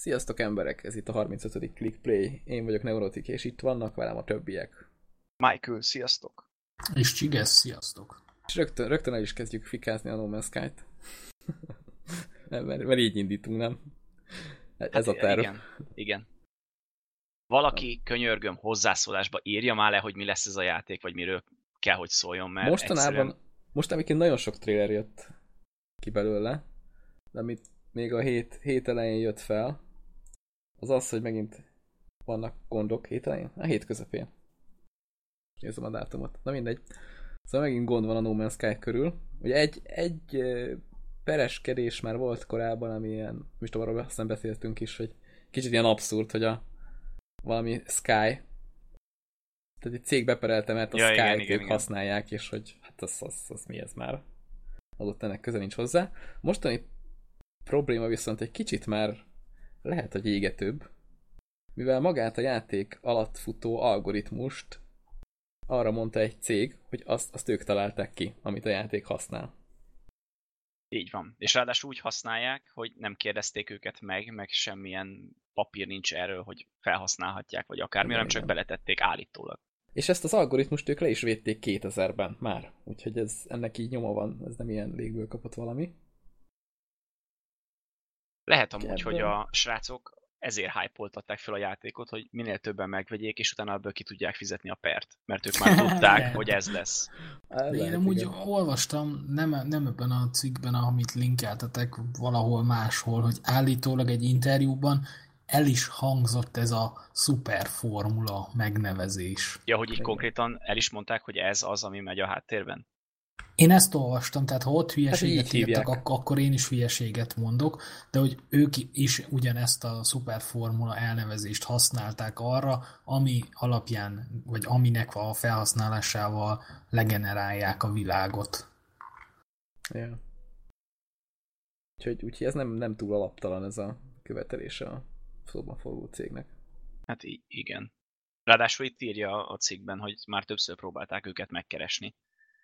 Sziasztok emberek, ez itt a 35. Click Play. Én vagyok Neurotik, és itt vannak velem a többiek. Michael, sziasztok! És Csigesz, sziasztok! És rögtön el is kezdjük fikázni a No Man's Sky-t. mert így indítunk, nem? Ez a terv. Igen. Valaki, könyörgöm, hozzászólásba írja már le, hogy mi lesz ez a játék, vagy miről kell, hogy szóljon, mert mostanában nagyon sok trailer jött ki belőle, de amit még a hét elején jött fel, az, hogy megint vannak gondok hét elején? A hét közepén. Nézem a dátumot. Na mindegy. Szóval megint gond van a No Man's Sky körül. Ugye egy pereskedés már volt korábban, ami ilyen, most arról aztán beszéltünk is, hogy kicsit ilyen abszurd, hogy valami Sky, tehát egy cég beperelte, mert a Sky-t ők használják, és hogy hát az mi ez már? Adott ennek köze nincs hozzá. Mostani probléma viszont egy kicsit már lehet, hogy égetőbb, mivel magát a játék alatt futó algoritmust arra mondta egy cég, hogy azt ők találták ki, amit a játék használ. Így van. És ráadásul úgy használják, hogy nem kérdezték őket meg semmilyen papír nincs erről, hogy felhasználhatják, vagy akármi, hanem csak beletették állítólag. És ezt az algoritmust ők le is védték 2000-ben már. Úgyhogy ennek így nyoma van, ez nem ilyen légből kapott valami. Lehet amúgy, hogy a srácok ezért hype-oltatták fel a játékot, hogy minél többen megvegyék, és utána ebből ki tudják fizetni a pert. Mert ők már tudták, hogy ez lesz. Én amúgy olvastam, nem ebben a cikkben, amit linkeltetek, valahol máshol, hogy állítólag egy interjúban el is hangzott ez a szuperformula megnevezés. Ja, hogy így konkrétan el is mondták, hogy ez az, ami megy a háttérben? Én ezt olvastam, tehát ha ott hülyeséget írtak, akkor én is hülyeséget mondok, de hogy ők is ugyanezt a szuperformula elnevezést használták arra, ami alapján, vagy aminek a felhasználásával legenerálják a világot. Ja. Úgyhogy ez nem túl alaptalan ez a követelése a szóban forgó cégnek. Hát igen. Ráadásul itt írja a cikkben, hogy már többször próbálták őket megkeresni,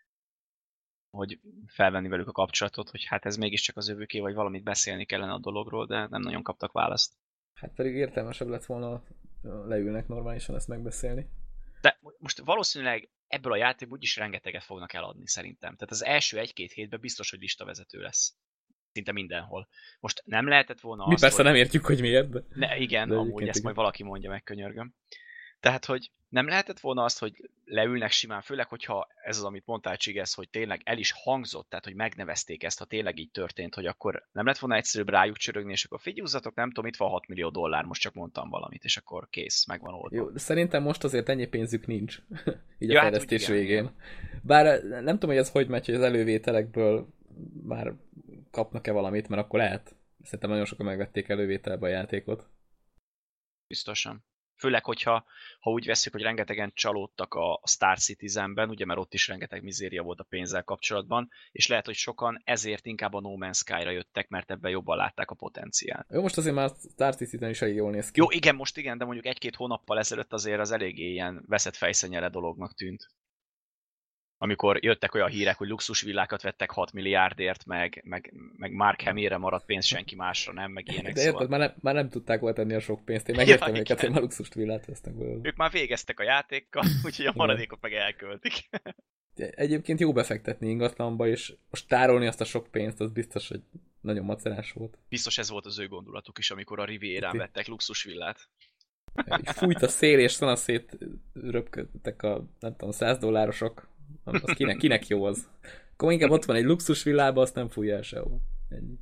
hogy felvenni velük a kapcsolatot, hogy hát ez mégiscsak az övőké, vagy valamit beszélni kellene a dologról, de nem nagyon kaptak választ. Hát pedig értelmesebb lett volna, leülnek normálisan ezt megbeszélni. De most valószínűleg ebből a játékból úgyis rengeteget fognak eladni szerintem. Tehát az első 1-2 hétben biztos, hogy listavezető lesz. Szinte mindenhol. Most nem lehetett volna mi persze nem értjük, hogy miért, de... Igen, amúgy ezt majd valaki mondja meg, könyörgöm. Tehát, hogy nem lehetett volna azt, hogy leülnek simán, főleg, hogyha ez az, amit mondtál, Csigesz, hogy tényleg el is hangzott, tehát, hogy megnevezték ezt, ha tényleg így történt, hogy akkor nem lett volna egyszerűbb rájuk csörögni, és akkor figyeljetek, nem tudom, itt van $6 millió, most csak mondtam valamit, és akkor kész, megvan oldva. Jó, de szerintem most azért ennyi pénzük nincs, így a fejlesztés végén. Bár nem tudom, hogy ez hogy megy, hogy az elővételekből már kapnak-e valamit, mert akkor lehet. Szerintem nagyon sokan megvették elővételbe a játékot. Biztosan. Főleg, hogyha úgy veszük, hogy rengetegen csalódtak a Star Citizenben, ugye, mert ott is rengeteg mizéria volt a pénzzel kapcsolatban, és lehet, hogy sokan ezért inkább a No Man's Sky-ra jöttek, mert ebben jobban látták a potenciált. Jó, most azért már Star Citizen is elég jól néz ki. Jó, igen, most igen, de mondjuk 1-2 hónappal ezelőtt azért az eléggé ilyen veszett fejszennyele dolognak tűnt. Amikor jöttek olyan hírek, hogy luxusvillákat vettek 6 milliárdért, meg Mark Hamillre maradt pénz, senki másra nem, meg ilyenek. De érted, szóval... már nem tudták volna tenni a sok pénzt. Én megértem őket, hogy már luxust villát vesznek belőle. Ők már végeztek a játékkal, úgyhogy a maradékot meg elköltik. Egyébként jó befektetni ingatlanba, és most tárolni azt a sok pénzt, az biztos, hogy nagyon macerás volt. Biztos ez volt az ő gondolatuk is, amikor a Rivierán vettek luxusvillát. Fújt a szél, és szét röpködtek a, nem tudom, $100. Az kinek jó az? Akkor inkább ott van egy luxusvillában, azt nem fújja el sehol. Ennyi.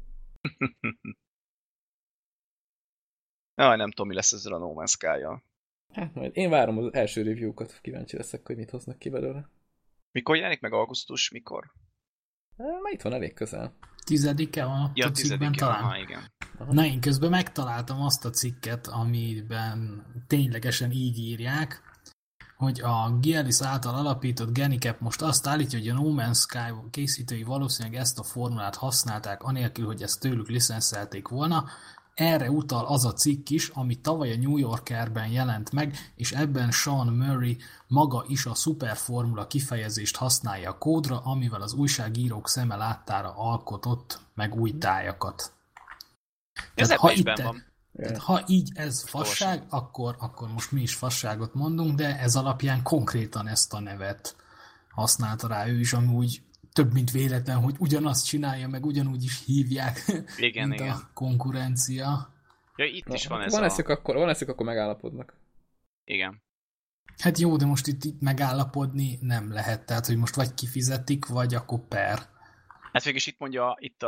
Nem tudom, mi lesz ezzel a No Man's Sky-jal. Hát majd én várom az első review-kat, kíváncsi leszek, hogy mit hoznak ki belőle. Mikor jelenik meg augusztus? Mikor? Már itt van elég közel. 10-e van a cikkben talán. Aha, igen. Aha. Na, én közben megtaláltam azt a cikket, amiben ténylegesen így írják, hogy a Gialis által alapított Genicap most azt állítja, hogy a No Man's Sky készítői valószínűleg ezt a formulát használták, anélkül, hogy ezt tőlük licenszelték volna. Erre utal az a cikk is, ami tavaly a New Yorkerben jelent meg, és ebben Sean Murray maga is a szuperformula kifejezést használja a kódra, amivel az újságírók szeme láttára alkotott meg új tájakat. Ez ebben van. Tehát ha így ez fasság, akkor most mi is fasságot mondunk, de ez alapján konkrétan ezt a nevet használta rá ő is, ami úgy több mint véletlen, hogy ugyanazt csinálja, meg ugyanúgy is hívják, igen, mint igen. a konkurencia. Ja, itt is van ez van eszük, akkor megállapodnak. Igen. Hát jó, de most itt megállapodni nem lehet, tehát hogy most vagy kifizetik, vagy akkor per. Hát végülis itt mondja, itt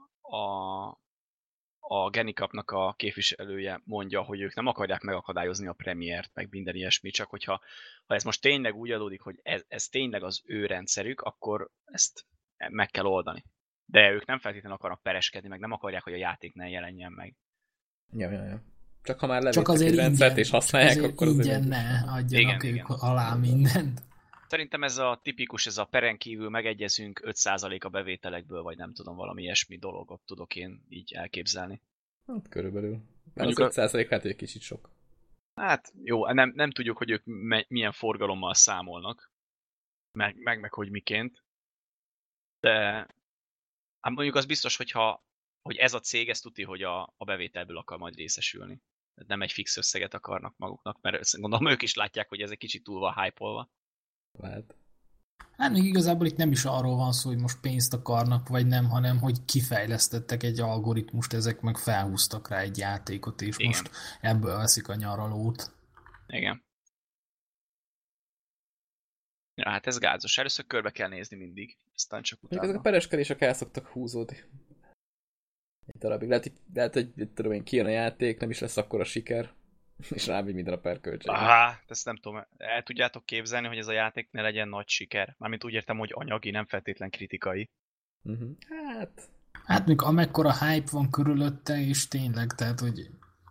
a Genicapnak a képviselője mondja, hogy ők nem akarják megakadályozni a premiért, meg minden ilyesmi, csak hogyha ez most tényleg úgy adódik, hogy ez tényleg az ő rendszerük, akkor ezt meg kell oldani. De ők nem feltétlenül akarnak pereskedni, meg nem akarják, hogy a játék ne jelenjen meg. Ja. Csak ha már csak levétek egy rendszert és használják, akkor ingyen ne adjanak ők alá mindent. Szerintem ez a tipikus, ez a peren kívül megegyezünk 5% a bevételekből, vagy nem tudom, valami ilyesmi dologot tudok én így elképzelni. Hát körülbelül. Mert az 5% lehet, hogy egy kicsit sok. Hát jó, nem tudjuk, hogy ők milyen forgalommal számolnak, meg hogy miként. De hát mondjuk az biztos, hogy ez a cég, ez tudja, hogy a bevételből akar majd részesülni. Nem egy fix összeget akarnak maguknak, mert gondolom ők is látják, hogy ez egy kicsit túl van hype-olva. Lehet. Hát még igazából itt nem is arról van szó, hogy most pénzt akarnak, vagy nem, hanem hogy kifejlesztettek egy algoritmust, ezek meg felhúztak rá egy játékot, és igen. Most ebből veszik a nyaralót. Igen. Ja, hát ez gázos. Először körbe kell nézni mindig, aztán csak utána. Ezek a pereskedések el szoktak húzódni. Egy darabig. Lehet, hogy tudom én, kijön a játék, nem is lesz akkora siker, és rámegy minden a perköltség. Ezt nem tudom. El tudjátok képzelni, hogy ez a játék ne legyen nagy siker? Mármint úgy értem, hogy anyagi, nem feltétlen kritikai. Hát még amekkora hype van körülötte, és tényleg, tehát, hogy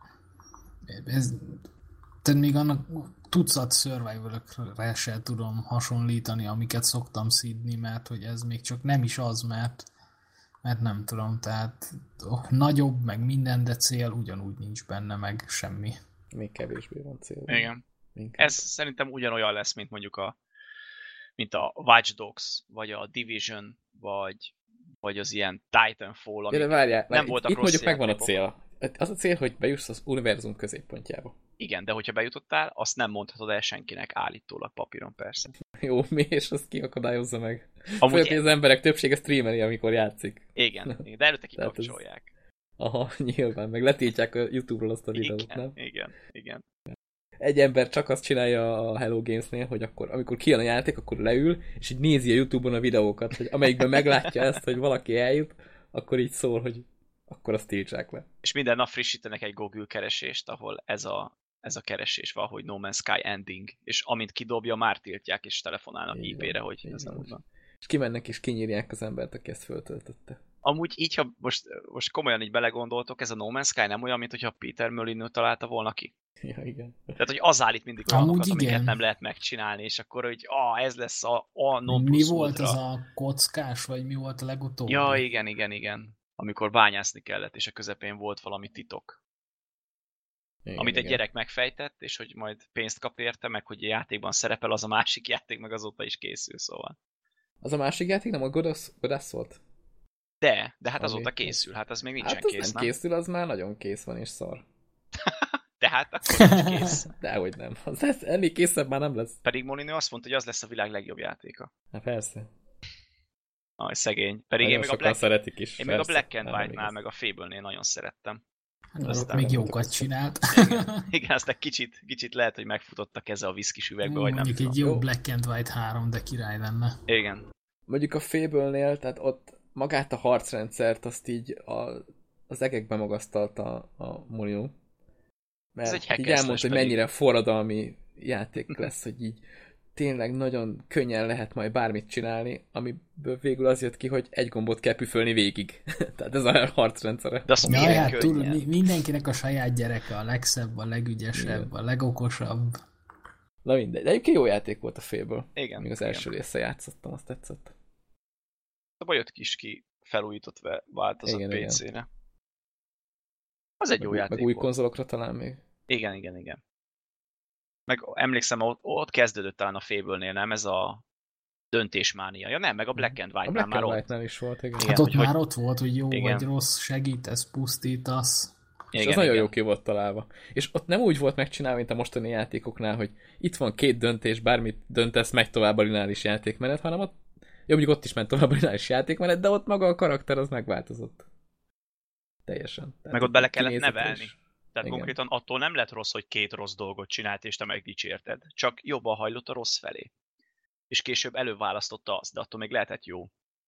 tehát még annak tucat survival-ökre sem tudom hasonlítani, amiket szoktam szídni, mert hogy ez még csak nem is az, mert nem tudom, tehát nagyobb, meg minden, de cél ugyanúgy nincs benne, meg semmi. Még kevésbé van cél. Igen. Ez szerintem ugyanolyan lesz, mint mondjuk mint a Watch Dogs, vagy a Division, vagy az ilyen Titanfall, amik nem voltak itt rossz mondjuk megvan a játékok. cél. Az a cél, hogy bejussz az univerzum középpontjába. Igen, de hogyha bejutottál, azt nem mondhatod el senkinek, állítólag papíron persze. Jó, mi és azt kiakadályozza meg. Amúgy Főleg, az emberek többsége streameli, amikor játszik. Igen, de előtte kikapcsolják. Aha, nyilván, meg letiltják a YouTube-ról azt a videót, nem? Igen. Egy ember csak azt csinálja a Hello Games-nél, hogy akkor, amikor kijön a játék, akkor leül, és így nézi a YouTube-on a videókat, hogy amelyikben meglátja ezt, hogy valaki eljut, akkor így szól, hogy akkor azt tiltsák le. És minden nap frissítenek egy Google keresést, ahol ez a keresés van, hogy No Man's Sky ending, és amint kidobja, már tiltják, és telefonálnak IP-re, hogy ez nem úgy van. És kimennek és kinyírják az embert, aki ezt föltöltötte. Amúgy így, ha most komolyan így belegondoltok, ez a No Man's Sky nem olyan, mint hogyha Peter Molyneux találta volna ki. Ja, igen. Tehát, hogy az állít mindig olyanokat, amiket nem lehet megcsinálni, és akkor, hogy ez lesz a non mi volt az a kockás, vagy mi volt a legutóbb? Ja, igen. Amikor bányászni kellett, és a közepén volt valami titok. Igen, amit egy gyerek megfejtett, és hogy majd pénzt kap érte, meg hogy a játékban szerepel, az a másik játék, meg azóta is készül, szóval. Az a másik játék nem a Godasz volt? De hát azóta készül, hát az még nincsen hát az kész, nem? Készül, az már nagyon kész van, és szar. Tehát akkor nincs kész. Dehogy nem. Az ennél készebb már nem lesz. Pedig Molyneux azt mondta, hogy az lesz a világ legjobb játéka. Hát persze. Aj, szegény. Pedig nagyon én még szeretik is. Én még a Black and White-nál, meg a Fable-nél nagyon szerettem. Hát, még jókat csinált. Igen, aztán kicsit lehet, hogy megfutott a keze a viszkis üvegbe, vagy nem mondjuk egy jó Black and White 3, de király lenne. Igen. Mondjuk a Fable-nél, tehát ott magát a harcrendszert azt így az egekbe magasztalta a Molyneux. Mert így elmondta, hogy mennyire forradalmi játék lesz, hogy így tényleg nagyon könnyen lehet majd bármit csinálni, amiből végül az jött ki, hogy egy gombot kell püfölni végig. Tehát ez a harcrendszere. De azt milyen könnyen? Mindenkinek a saját gyereke a legszebb, a legügyesebb, igen. A legokosabb. Na mindegy. De egyébként jó játék volt a Fable. Igen. Még az első része játszottam, azt tetszett. A bajot is ki felújított változat PC-re. Az egy jó játék meg új konzolokra talán még. Igen. Meg emlékszem, ott kezdődött talán a Fable-nél, nem? Ez a döntésmánia. Ja nem, meg a Black and White-nál már ott. Is volt, igen. Hát ott már ott volt, hogy jó vagy rossz, segítesz, pusztítasz. És az nagyon jó ki volt találva. És ott nem úgy volt megcsinálva, mint a mostani játékoknál, hogy itt van 2 döntés, bármit döntesz, megy tovább a lineáris játékmenet, hanem ott, jó, mondjuk ott is ment tovább a lineáris játékmenet, de ott maga a karakter az megváltozott. Teljesen. Tehát meg ott bele kellett nevelni. Is. Tehát igen. Konkrétan attól nem lett rossz, hogy 2 rossz dolgot csinált, és te megdicsérted. Csak jobban hajlott a rossz felé. És később előválasztotta azt, de attól még lehetett jó.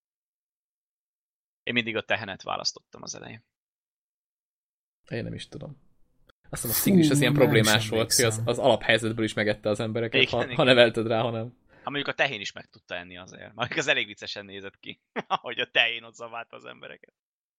Én mindig a tehenet választottam az elején. Én nem is tudom. Azt hiszem, a Szign is az ilyen problémás volt, hogy az alaphelyzetből is megette az embereket, igen, ha nevelted rá, ha nem. Hát mondjuk a tehén is meg tudta enni azért. Mondjuk az elég viccesen nézett ki, ahogy a tehén ott zaválta az embereket.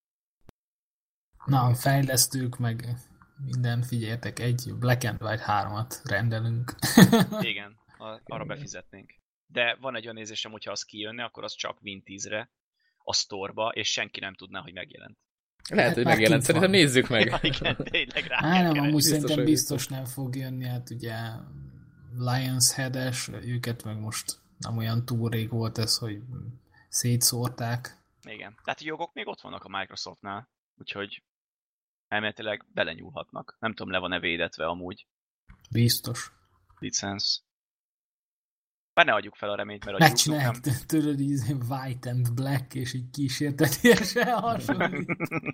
Na, fejlesztők meg minden, figyeljetek, egy Black and White 3-at rendelünk. Igen, arra befizetnénk. De van egy olyan nézésem, hogyha az kijönne, akkor az csak Win 10-re a sztorba, és senki nem tudná, hogy megjelent. Lehet, hogy megjelent. Szerintem nézzük meg. Ja, igen, tényleg rá nem, amúgy szerintem biztos nem fog jönni. Hát ugye Lions Head-es, őket meg most nem olyan túl rég volt ez, hogy szétszórták. Igen. Tehát a jogok még ott vannak a Microsoftnál, úgyhogy elméletileg belenyúlhatnak. Nem tudom, le van-e védetve amúgy. Biztos. Licensz. Bár ne adjuk fel a reményt, mert a megcsinálják, tudod, így White and Black, és így kísértetésen hasonlít.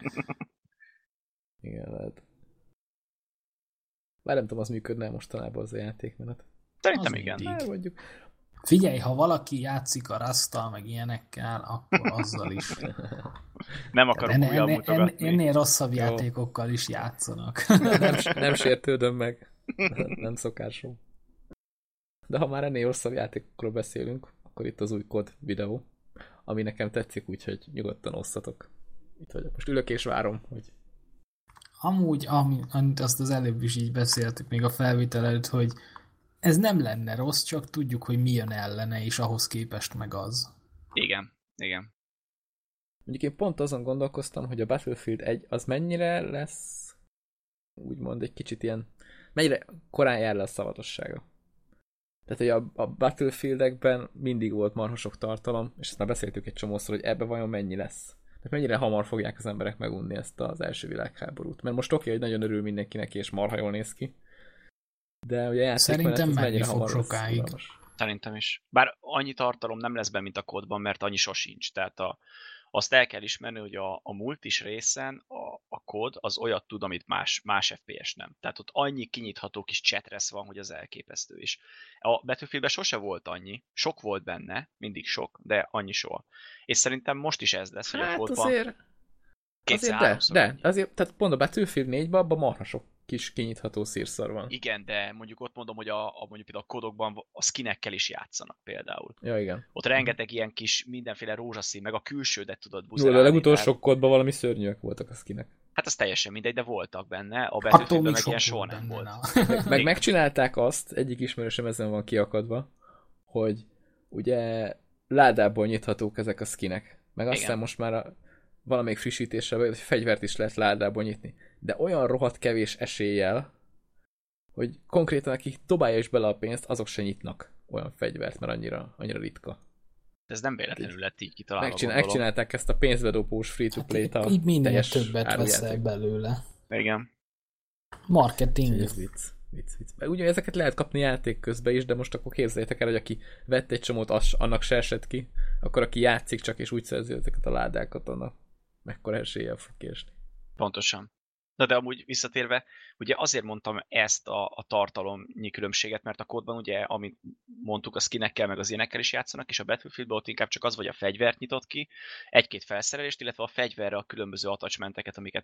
Igen, lehet. Bár nem tudom, az működne mostanában az a játékmenet. Szerintem az igen. Már mondjuk. Figyelj, ha valaki játszik a Rust-tal, meg ilyenekkel, akkor azzal is. Nem akarok újra mutogatni. Ennél rosszabb játékokkal is játszanak. Nem sértődöm meg. Nem szokásom. De ha már ennél rosszabb játékokról beszélünk, akkor itt az új kod videó, ami nekem tetszik, úgyhogy nyugodtan osszatok. Itt vagyok. Most ülök és várom, hogy... Amúgy, amit azt az előbb is így beszéltük még a felvétel előtt, hogy ez nem lenne rossz, csak tudjuk, hogy mi jön ellene, és ahhoz képest meg az. Igen, igen. Mondjuk én pont azon gondolkoztam, hogy a Battlefield 1 az mennyire lesz, úgymond egy kicsit ilyen, mennyire korán jár le a szavatossága. Tehát, hogy a Battlefield-ekben mindig volt marha sok tartalom, és ezt már beszéltük egy csomószor, hogy ebben vajon mennyi lesz. Tehát mennyire hamar fogják az emberek megunni ezt az első világháborút. Mert most oké, hogy nagyon örül mindenkinek, és marha jól néz ki. De ugye szerintem menni fog sokáig. Szerintem is. Bár annyi tartalom nem lesz be, mint a kódban, mert annyi sosincs. Tehát azt el kell ismerni, hogy a multis részen a kód az olyat tud, amit más FPS nem. Tehát ott annyi kinyitható kis chatresz van, hogy az elképesztő is. A Battlefieldben sose volt annyi. Sok volt benne, mindig sok, de annyi soha. És szerintem most is ez lesz, hogy a kódban azért azért, tehát pont a Battlefield 4-ben abban marha sok kis kinyitható szírszar van. Igen, de mondjuk ott mondom, hogy mondjuk például a kodokban a skinekkel is játszanak például. Ja, igen. Ott rengeteg ilyen kis mindenféle rózsaszín, meg a külsődet tudod buzerálni. Jó, a legutolsó kodban valami szörnyűek voltak a skinek. Hát az teljesen mindegy, de voltak benne. A Battlefieldben meg ilyen soha nem volt. Meg megcsinálták azt, egyik ismerősöm ezen van kiakadva, hogy ugye ládából nyithatók ezek a skinek. Meg aztán most már valamelyik frissítésre, hogy fegyvert is lehet ládából nyitni. De olyan rohadt kevés eséllyel, hogy konkrétan akik dobálja is bele a pénzt, azok se nyitnak olyan fegyvert, mert annyira ritka. Ez nem véletlenül lett így kitalálva. Megcsinálták ezt a pénzbedobós free-to-play-t. Hát így minden többet veszel belőle. Igen. Marketing. Ez vicc. Meg ugye ezeket lehet kapni játék közben is, de most akkor képzeljétek el, hogy aki vett egy csomót, annak se esett ki, akkor aki játszik csak és úgy szerzi ezeket a ládákat, annak mekkora eséllyel fog késni. Pontosan. De amúgy visszatérve, ugye azért mondtam ezt a tartalomnyi különbséget, mert a kódban ugye, amit mondtuk, a skinekkel meg az ilyenekkel is játszanak, és a Battlefieldben ott inkább csak az, vagy a fegyvert nyitott ki, egy-két felszerelést, illetve a fegyverre a különböző attachmenteket, amiket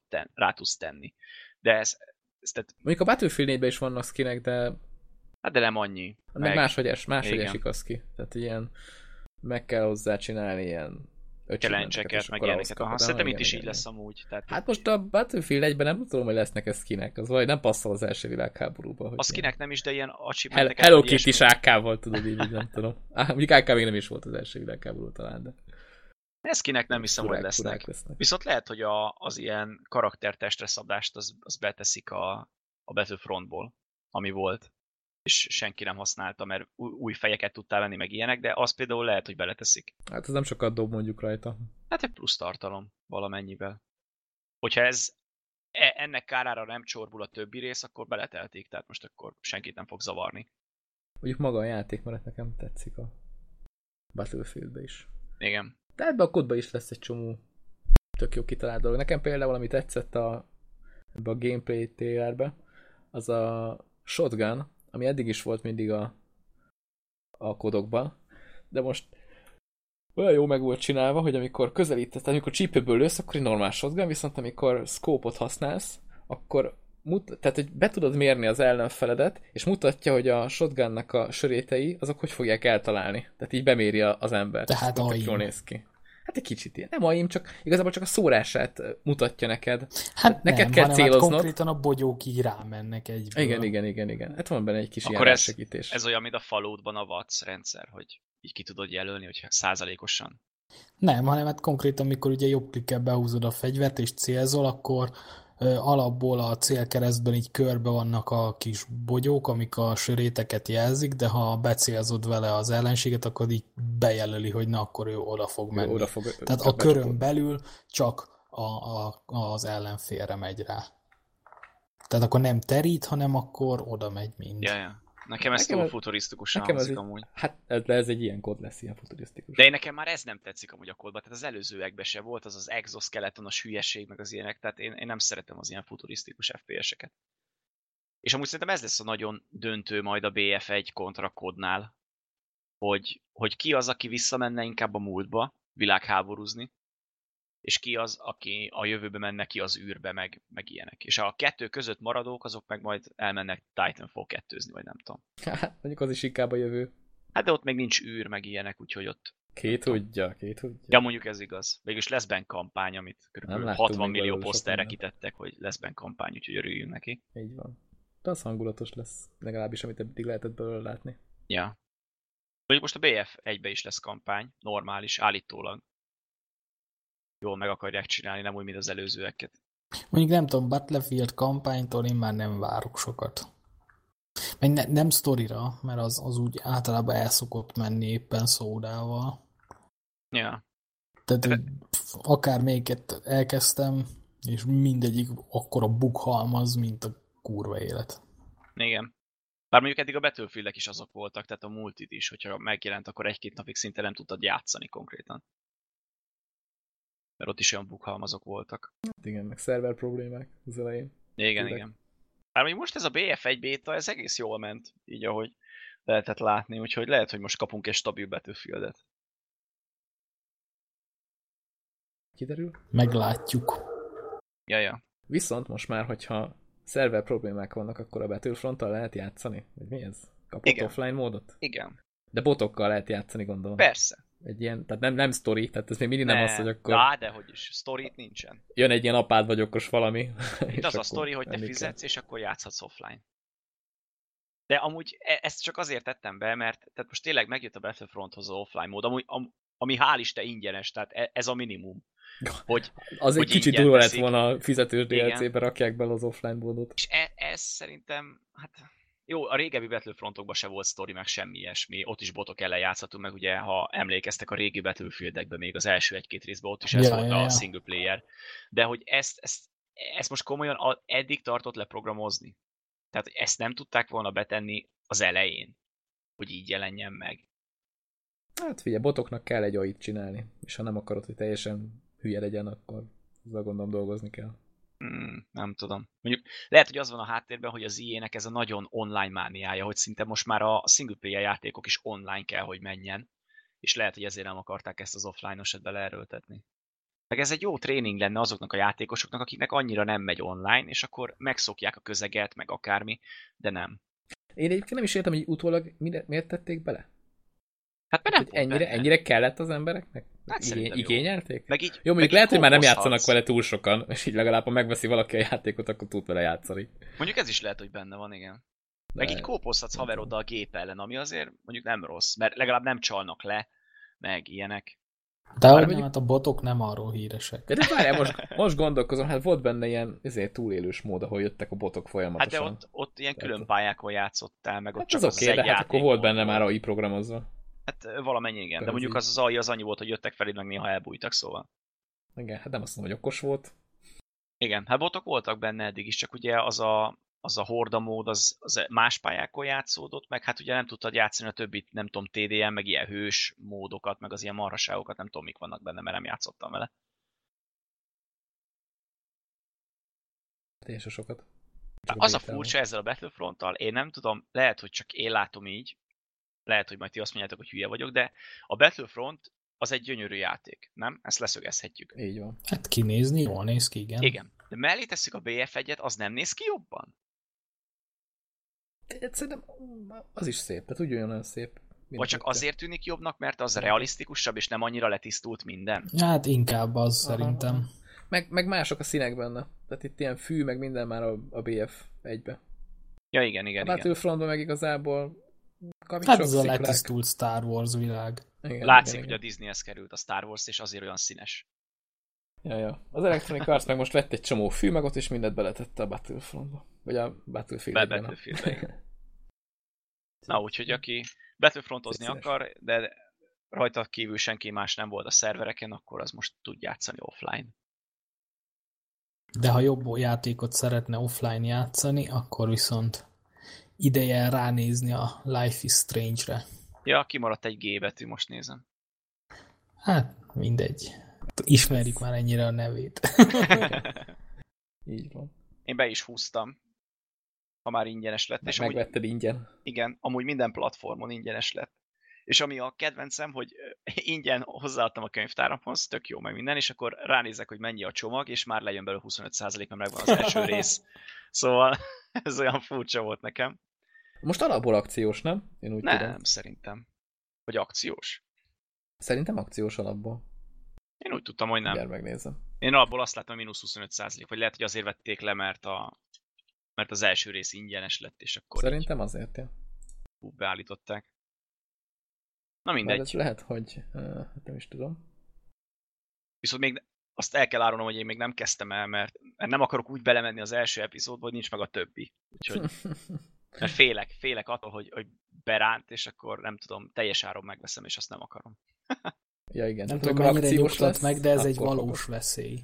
rá tudsz tenni. De ez tehát... Mondjuk a Battlefield 4-ben is vannak skinek, de... Hát de nem annyi. Meg máshogy esik az ki. Tehát ilyen meg kell hozzá csinálni ilyen challenge-eket, meg ilyeneket. Szerintem itt is így lesz amúgy. Tehát hát most a Battlefield 1-ben nem tudom, hogy lesznek ez skinek. Az vagy nem passzol az első világháborúba. A skinek nem is, de ilyen achievementeket... Hello Kitty-s AK-val tudod így, nem tudom. Mondjuk AK még nem is volt az első világháború talán, de... Skinek nem hiszem, hogy lesznek. Viszont lehet, hogy az ilyen karaktertestre szabást az beteszik a Battlefrontból, ami volt. És senki nem használta, mert új fejeket tudtál venni, meg ilyenek, de az például lehet, hogy beleteszik. Hát ez nem sokat dob mondjuk rajta. Hát egy plusz tartalom valamennyivel. Hogyha ez ennek kárára nem csorbul a többi rész, akkor beletelték, tehát most akkor senkit nem fog zavarni. Mondjuk maga a játékmenet nekem tetszik a Battlefieldbe is. Igen. De ebbe a kodba is lesz egy csomó tök jó kitalált dolog. Nekem például, ami tetszett ebbe a gameplay trailerbe, az a shotgun, ami eddig is volt mindig a kodokban, de most olyan jó meg volt csinálva, hogy amikor közelítesz, tehát amikor csípőből lősz, akkor egy normál shotgun, viszont amikor scope-ot használsz, akkor tehát, hogy be tudod mérni az ellenfeledet, és mutatja, hogy a shotgunnak a sörétei, azok hogy fogják eltalálni. Tehát így beméri az embert. Tehát jól néz ki. Hát egy kicsit ilyen. Nem aim, csak igazából csak a szórását mutatja neked. Hát neked nem, kell hanem céloznod. konkrétan a bogyók így rámennek egyből. Igen. Hát van benne egy kis akkor ilyen segítés. Ez olyan, mint a Falloutban a VATS rendszer, hogy így ki tudod jelölni, hogy százalékosan. Nem, hanem hát konkrétan, amikor ugye jobb klikkel behúzod a fegyvert és célzol, akkor alapból a célkeresztben így körbe vannak a kis bogyók, amik a söréteket jelzik, de ha becélzod vele az ellenséget, akkor így bejelöli, hogy na, akkor ő oda fog menni. Tehát a körön belül csak az ellenfélre megy rá. Tehát akkor nem terít, hanem akkor oda megy mind. Ja. Nekem ez túl futurisztikusan hangzik amúgy. Hát ez egy ilyen kód lesz, ilyen futurisztikus. De nekem már ez nem tetszik amúgy a kódban, tehát az előzőekben se volt, az exoskeletonos hülyeség, meg az ilyenek, tehát én nem szeretem az ilyen futurisztikus FPS-eket. És amúgy szerintem ez lesz a nagyon döntő majd a BF1 kontra kódnál, hogy ki az, aki visszamenne inkább a múltba világháborúzni, és ki az, aki a jövőbe menne ki az űrbe, meg ilyenek. És a kettő között maradók, azok meg majd elmennek Titanfall 2-zni, vagy nem tudom. Hát, mondjuk az is inkább a jövő. Hát de ott még nincs űr, meg ilyenek, úgyhogy ott... Két tudja. Ja, mondjuk ez igaz. Végülis lesz benne kampány, amit kb. 60 millió poszterre kitettek, hogy lesz benne kampány, úgyhogy örüljünk neki. Így van. De az hangulatos lesz, legalábbis amit eddig lehetett belőle látni. Ja. Mondjuk most a BF1-be is lesz kampány, normális, állítólag. Jól meg akarják csinálni, nem úgy, mint az előzőeket. Mondjuk nem tudom, Battlefield kampánytól én már nem várok sokat. Meg nem sztorira, mert az úgy általában el szokott menni éppen szódával. Ja. Tehát akármelyiket elkezdtem, és mindegyik akkora bughalmaz, mint a kurva élet. Igen. Bár mondjuk eddig a Battlefieldek is azok voltak, tehát a multit is, hogyha megjelent, akkor egy-két napig szinte nem tudtad játszani konkrétan. Mert ott is olyan bughalmazok voltak. Hát igen, meg szerver problémák az elején. Igen. Bár mondjuk most ez a BF1 beta, ez egész jól ment, így ahogy lehetett látni, úgyhogy lehet, hogy most kapunk egy stabil Battlefieldet. Kiderül? Meglátjuk. Ja. Viszont most már, hogyha szerver problémák vannak, akkor a Battlefront-tal lehet játszani? Vagy mi ez? Kapott igen. Offline módot? Igen. De botokkal lehet játszani, gondolom. Persze. Egy ilyen, tehát nem sztori, tehát ez még mindig nem az, hogy akkor... de hogy is, sztorit nincsen. Jön egy ilyen apád vagy okos valami. Itt az a sztori, hogy te fizetsz, és akkor játszhatsz offline. De amúgy ezt csak azért tettem be, mert tehát most tényleg megjött a Battlefronthoz az offline mód, ami hál' Isten ingyenes, tehát ez a minimum. Hogy, az egy kicsit durva lett volna a fizetős DLC-be rakják bele az offline módot. És ez szerintem, hát jó, a régebbi Battlefrontokban se volt sztori, meg semmi ilyesmi, ott is botok ellen játszhatunk, meg ugye, ha emlékeztek a régi Battlefieldekben, még az első egy-két részben ott is ez volt a single player. De hogy ezt most komolyan eddig tartott leprogramozni. Tehát, hogy ezt nem tudták volna betenni az elején, hogy így jelenjen meg. Hát figyelj, botoknak kell egy AI-t csinálni, és ha nem akarod, hogy teljesen hülye legyen, akkor azzal gondolom dolgozni kell. Nem tudom. Mondjuk lehet, hogy az van a háttérben, hogy az EA-nek ez a nagyon online mániája, hogy szinte most már a single player játékok is online kell, hogy menjen, és lehet, hogy ezért nem akarták ezt az offline-osat beleerőltetni. Meg ez egy jó tréning lenne azoknak a játékosoknak, akiknek annyira nem megy online, és akkor megszokják a közeget, meg akármi, de nem. Én egyébként nem is értem, hogy utólag miért tették bele. Hát mert nem ennyire kellett az embereknek? Hát igényelték? Meg így, jó, mondjuk lehet, hogy már nem játszanak vele túl sokan, és így legalább, ha megveszi valaki a játékot, akkor tud vele játszani. Mondjuk ez is lehet, hogy benne van, igen. Meg így kópozhatsz haveroddal a gép ellen, ami azért mondjuk nem rossz, mert legalább nem csalnak le, meg ilyenek. De hogy nem, hát a botok nem arról híresek. De várjál, most gondolkozom, hát volt benne ilyen túlélős mód, ahol jöttek a botok folyamatosan. Hát de ott ilyen külön pályákon játszottál, meg ott hát csak az egy játék. Hát akkor volt benne már AI programozva. Hát valamennyi igen, de mondjuk az AI az annyi volt, hogy jöttek feléd, meg néha elbújtak, szóval. Igen, hát nem azt mondom, hogy okos volt. Igen, hát botok voltak benne eddig is, csak ugye az a horda mód, az más pályákon játszódott, meg hát ugye nem tudtad játszani a többit, nem tudom, TDM, meg ilyen hős módokat, meg az ilyen marhaságokat, nem tudom, mik vannak benne, mert nem játszottam vele. Teljesen sokat. Az a furcsa ezzel a Battlefronttal, én nem tudom, lehet, hogy csak én látom így, lehet, hogy majd ti azt mondjátok, hogy hülye vagyok, de a Battlefront az egy gyönyörű játék, nem? Ezt leszögezhetjük. Így van. Hát kinézni, jól néz ki, igen. Igen. De mellé tesszük a BF1-et, az nem néz ki jobban? De szerintem az is szép, tehát ugyanolyan szép. Vagy csak azért tűnik jobbnak, mert az realisztikusabb, és nem annyira letisztult minden? Hát inkább az szerintem. Meg mások a színek benne. Tehát itt ilyen fű, meg minden már a BF1-be. Ja, igen. A Battlefrontban meg igazából hát ez a letisztult Star Wars világ. Igen, látszik, hogy a Disneyhez került a Star Wars, és azért olyan színes. Ja. Az Electronic Arts meg most vett egy csomó fűmagot, és mindent beletette a Battlefrontba. Vagy a Battlefield-ben. Battlefield-ben. Na, úgyhogy aki Battlefrontozni akar, de rajta kívül senki más nem volt a szervereken, akkor az most tud játszani offline. De ha jobb játékot szeretne offline játszani, akkor viszont ideje ránézni a Life is Strange-re. Ja, kimaradt egy G betű, most nézem. Hát, mindegy. Ismerjük már ennyire a nevét. Így van. Én be is húztam, ha már ingyenes lett. És megvetted amúgy, ingyen. Igen, amúgy minden platformon ingyenes lett. És ami a kedvencem, hogy ingyen hozzáadtam a könyvtáramhoz, tök jó meg minden, és akkor ránézek, hogy mennyi a csomag, és már lejön belőle 25%, mert megvan az első rész. Szóval ez olyan furcsa volt nekem. Most alapból akciós, nem? Én úgy tudom. Nem, szerintem. Vagy akciós. Szerintem akciós alapból. Én úgy tudtam, hogy nem. Gyere, megnézem. Én alapból azt láttam, hogy -25%, vagy lehet, hogy azért vették le, mert az első rész ingyenes lett, és akkor szerintem azért, ja. beállították. Na mindegy. Ez lehet, hogy nem is tudom. Viszont még azt el kell árulnom, hogy én még nem kezdtem el, mert nem akarok úgy belemenni az első epizódba, hogy nincs meg a többi. Úgyhogy mert félek attól, hogy beránt, és akkor nem tudom, teljes áron megveszem, és azt nem akarom. Ja, igen. Nem tudom, mennyire nyugtat meg, de ez egy valós veszély.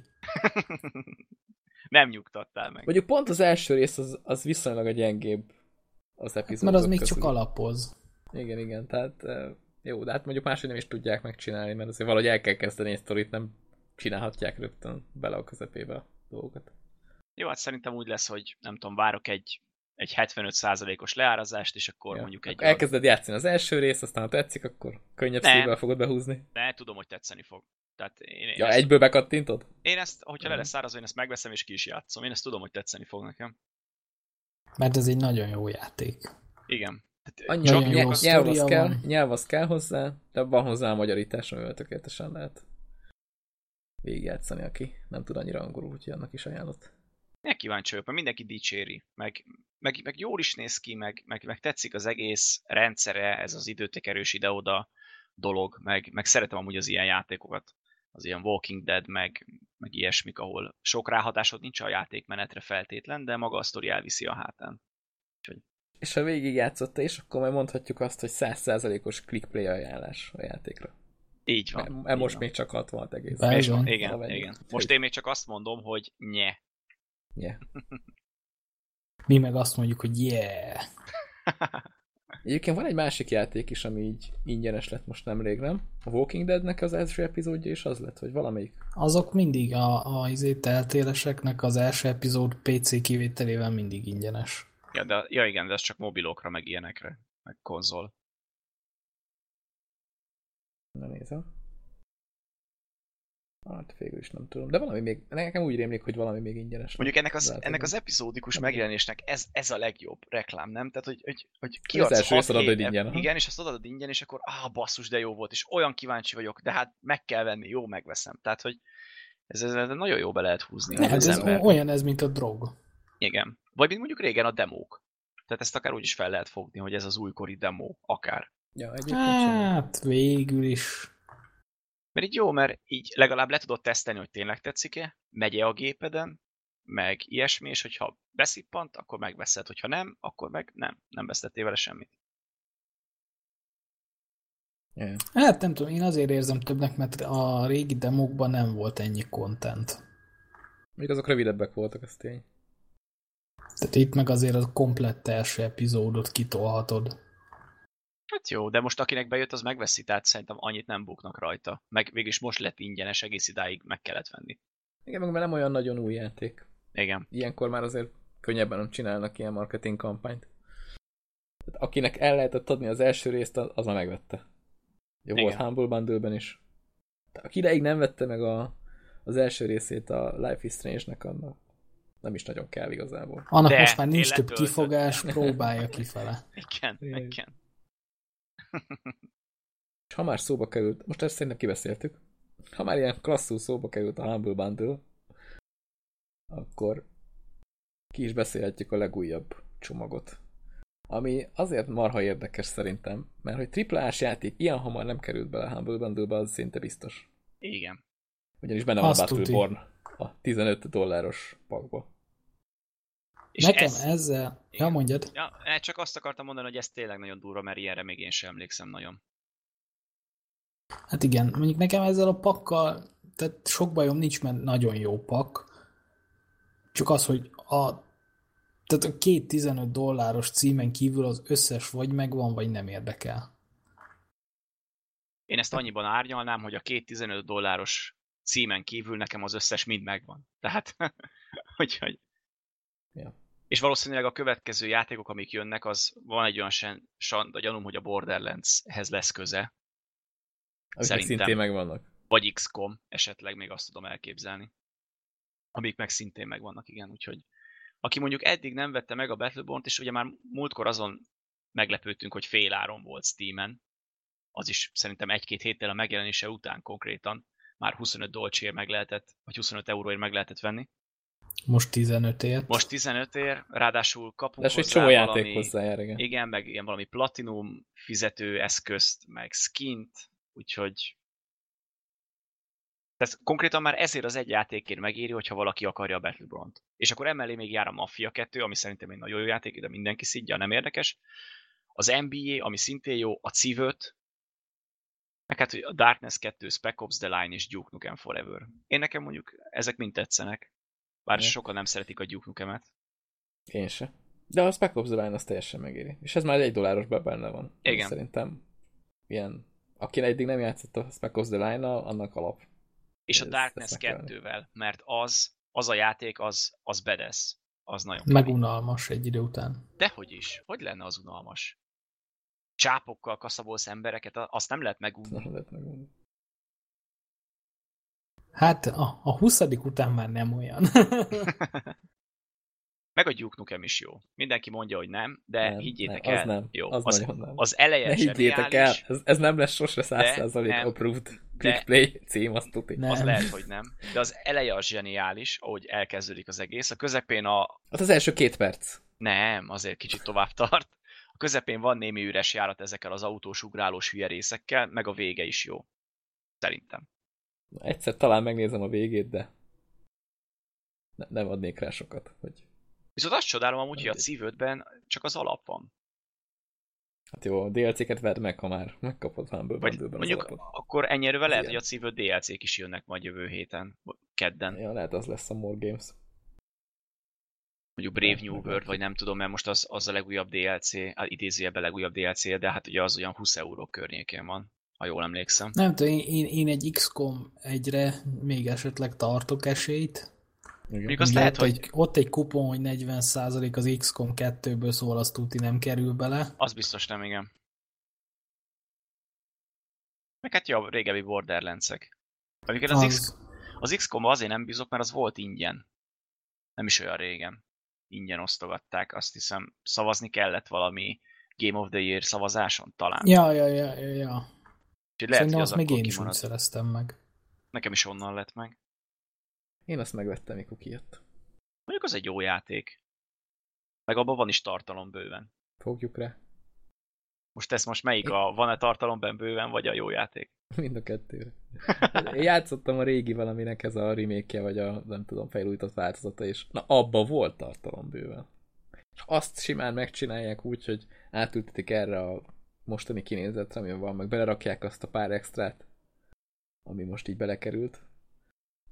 Nem nyugtattál meg. Mondjuk pont az első rész az viszonylag a gyengébb az epizódok mert az még közül. csak alapoz. Igen, tehát jó, de hát mondjuk máshogy nem is tudják megcsinálni, mert azért valahogy el kell kezdeni egy sztorit, nem csinálhatják rögtön bele a közepébe a dolgokat. Jó, hát szerintem úgy lesz, hogy nem tudom, várok egy 75%-os leárazást, és akkor mondjuk egy... Elkezded játszani az első részt, aztán ha tetszik, akkor könnyebb szívvel fogod behúzni. Ne, tudom, hogy tetszeni fog. Tehát ja, egyből bekattintod? Én ezt, hogyha le lesz szárazva, én ezt megveszem és ki is játszom. Én ezt tudom, hogy tetszeni fog nekem. Mert ez egy nagyon jó játék. Igen. Annyi jó nyelv az kell hozzá, de van hozzá a magyarítás, amivel tökéletesen lehet végigjátszani, aki nem tud annyira angolul, úgyhogy annak is ajánlott. Ne kíváncsi vagyok, mert mindenki dicséri, meg jól is néz ki, meg tetszik az egész rendszere, ez az időtekerős ide-oda dolog, meg szeretem amúgy az ilyen játékokat, az ilyen Walking Dead, meg ilyesmik, ahol sok ráhatásod nincs a játékmenetre feltétlen, de maga a sztori elviszi a hátán. Úgyhogy... És ha végigjátszotta is, akkor majd mondhatjuk azt, hogy 100%-os clickplay ajánlás a játékra. Így van. Most van. Még csak 60 egész. Igen. Most én még csak azt mondom, hogy nye. Yeah. Mi meg azt mondjuk, hogy yeah. Egyébként van egy másik játék is, ami így ingyenes lett most nemrég, nem? A Walking Deadnek az első epizódja is az lett, hogy valamelyik. Azok mindig a teltéleseknek az első epizód PC kivételével mindig ingyenes. Ja, igen, de ez csak mobilokra, meg ilyenekre, meg konzol. Na nézem. Hát végül is nem tudom. De valami még, nekem úgy rémlik, hogy valami még ingyenes. Mondjuk ennek az epizódikus megjelenésnek ez a legjobb reklám, nem? Tehát, hogy kiadsz 6 ingyen. Igen, és azt adod ingyen, és akkor basszus, de jó volt, és olyan kíváncsi vagyok, de hát meg kell venni, jó, megveszem. Tehát, hogy ez nagyon jó be lehet húzni. Ez olyan ez, mint a drog. Igen. Vagy mint mondjuk régen a demók. Tehát ezt akár úgy is fel lehet fogni, hogy ez az újkori demo, akár. Ja, hát végül is. Mert így jó, mert így legalább le tudod tesztelni, hogy tényleg tetszik-e, megy-e a gépeden, meg ilyesmi, és hogyha beszippant, akkor megveszed, hogyha nem, akkor meg nem vesztettél vele semmit. Yeah. Hát nem tudom, én azért érzem többnek, mert a régi demókban nem volt ennyi content. Még azok rövidebbek voltak, ez tény. Tehát itt meg azért a komplett első epizódot kitolhatod. Hát jó, de most akinek bejött, az megveszi, tehát szerintem annyit nem buknak rajta. Meg végülis most lett ingyenes, egész idáig meg kellett venni. Igen, meg nem olyan nagyon új játék. Igen. Ilyenkor már azért könnyebben nem csinálnak ilyen marketing kampányt. Tehát akinek el lehetett adni az első részt, az már megvette. Jó, volt Humble Bundle-ben is. Tehát aki ideig nem vette meg az első részét a Life is Strange-nek, annak nem is nagyon kell igazából. Annak de most már nincs több kifogás, próbálja kifele. Igen. És ha már szóba került, most ezt szerintem kibeszéltük, ha már ilyen klasszul szóba került a Humble Bundle, akkor ki is beszélhetjük a legújabb csomagot. Ami azért marha érdekes szerintem, mert hogy AAA-s játék ilyen hamar nem került bele a Humble Bundle-be, az szinte biztos. Igen. Ugyanis benne van a Battleborn a $15 pakba. És nekem ezzel... Ja, mondjad. Ja, csak azt akartam mondani, hogy ez tényleg nagyon durva, mert ilyenre még én sem emlékszem nagyon. Hát igen, mondjuk nekem ezzel a pakkal, tehát sok bajom nincs, mert nagyon jó pak. Csak az, hogy tehát a két $15 címen kívül az összes vagy megvan, vagy nem érdekel. Én ezt annyiban árnyalnám, hogy a két $15 címen kívül nekem az összes mind megvan. Tehát, hogy... Ja. És valószínűleg a következő játékok, amik jönnek, az van egy olyan gyanúm, hogy a Borderlands-hez lesz köze. Szerintem. Szintén megvannak. Vagy XCOM, esetleg még azt tudom elképzelni. Amik meg szintén megvannak, igen. Úgyhogy aki mondjuk eddig nem vette meg a Battleborn-t, és ugye már múltkor azon meglepődtünk, hogy féláron volt Steamen, az is szerintem 1-2 héttel a megjelenése után konkrétan már $25 meg lehetett, vagy 25 euróért meg lehetett venni. Most 15-ért. Most 15-ért, ráadásul kapunk hozzá csomó játék hozzájár, igen. Igen, meg ilyen valami platinum fizetőeszközt, meg skint, úgyhogy tehát konkrétan már ezért az egy játékért megéri, hogyha valaki akarja a Battleborn-t. És akkor emellé még jár a Mafia 2, ami szerintem egy nagyon jó játék, de mindenki szidja, nem érdekes. Az NBA, ami szintén jó, a Civ 5, meg hát a Darkness 2, Spec Ops The Line és Duke Nukem Forever. Én nekem mondjuk ezek mind tetszenek, bár sokan nem szeretik a Duke Nukemet. Én se. De a Spec Ops The Line az teljesen megéri. És ez már $1 benne van. Igen. Szerintem ilyen, aki eddig nem játszott a Spec Ops The Line-nal, annak alap. És a Darkness 2-vel, mert az a játék, az badass. Az nagyon meg unalmas egy idő után. Dehogy is. Hogy lenne az unalmas? Csápokkal kaszabolsz embereket, azt nem lehet megunni. Nem lehet megunni. Hát a 20. után már nem olyan. Meg a Duke Nukem is jó. Mindenki mondja, hogy nem, de nem, higgyétek el. Nem. Jó. Az nem. Az eleje ne higgyétek el, ez nem lesz sosem 100% approved quick play cím, azt tudni. Az lehet, hogy nem. De az eleje az zseniális, ahogy elkezdődik az egész. A közepén az első 2 perc. Nem, azért kicsit tovább tart. A közepén van némi üres járat ezekkel az autós, ugrálós hülye részekkel, meg a vége is jó. Szerintem. Egyszer talán megnézem a végét, de nem adnék rá sokat. Hogy... Viszont azt csodálom amúgy, hogy a Civ 5-ben csak az alap van. Hát jó, a DLC-ket vedd meg, ha már megkapod Humble Bundle-ben mondjuk az alapot. akkor ennyire lehet, hogy a Civ 5 DLC-k is jönnek majd jövő héten, kedden. Ja, lehet az lesz a More Games. Mondjuk Brave New World, vagy nem tudom, mert most az a legújabb DLC, idézőjelben legújabb DLC, de hát ugye az olyan 20 euró környékén van, ha jól emlékszem. Nem tudom, én egy XCOM 1-re még esetleg tartok esélyt. Azt lehet, hogy... Ott egy kupon, hogy 40% az XCOM 2-ből, szóval azt tuti nem kerül bele. Az biztos nem, igen. Meg hát jó, régebbi Borderlands-ek. Az XCOM-ba azért nem bízok, mert az volt ingyen. Nem is olyan régen. Ingyen osztogatták, azt hiszem. Szavazni kellett valami Game of the Year szavazáson talán. Ja. Szerintem azt még én is úgy szereztem meg. Nekem is onnan lett meg. Én azt megvettem, mikor kijött. Mondjuk az egy jó játék. Meg abban van is tartalom bőven. Fogjuk rá. Most melyik van-e tartalomban bőven, vagy a jó játék? Mind a kettőre. Én játszottam a régi valaminek, ez a remake-je, vagy a nem tudom, felújított változata, és na abba volt tartalom bőven. És azt simán megcsinálják úgy, hogy átültetik erre a mostani kinézetre, ami van, meg belerakják azt a pár extrát, ami most így belekerült.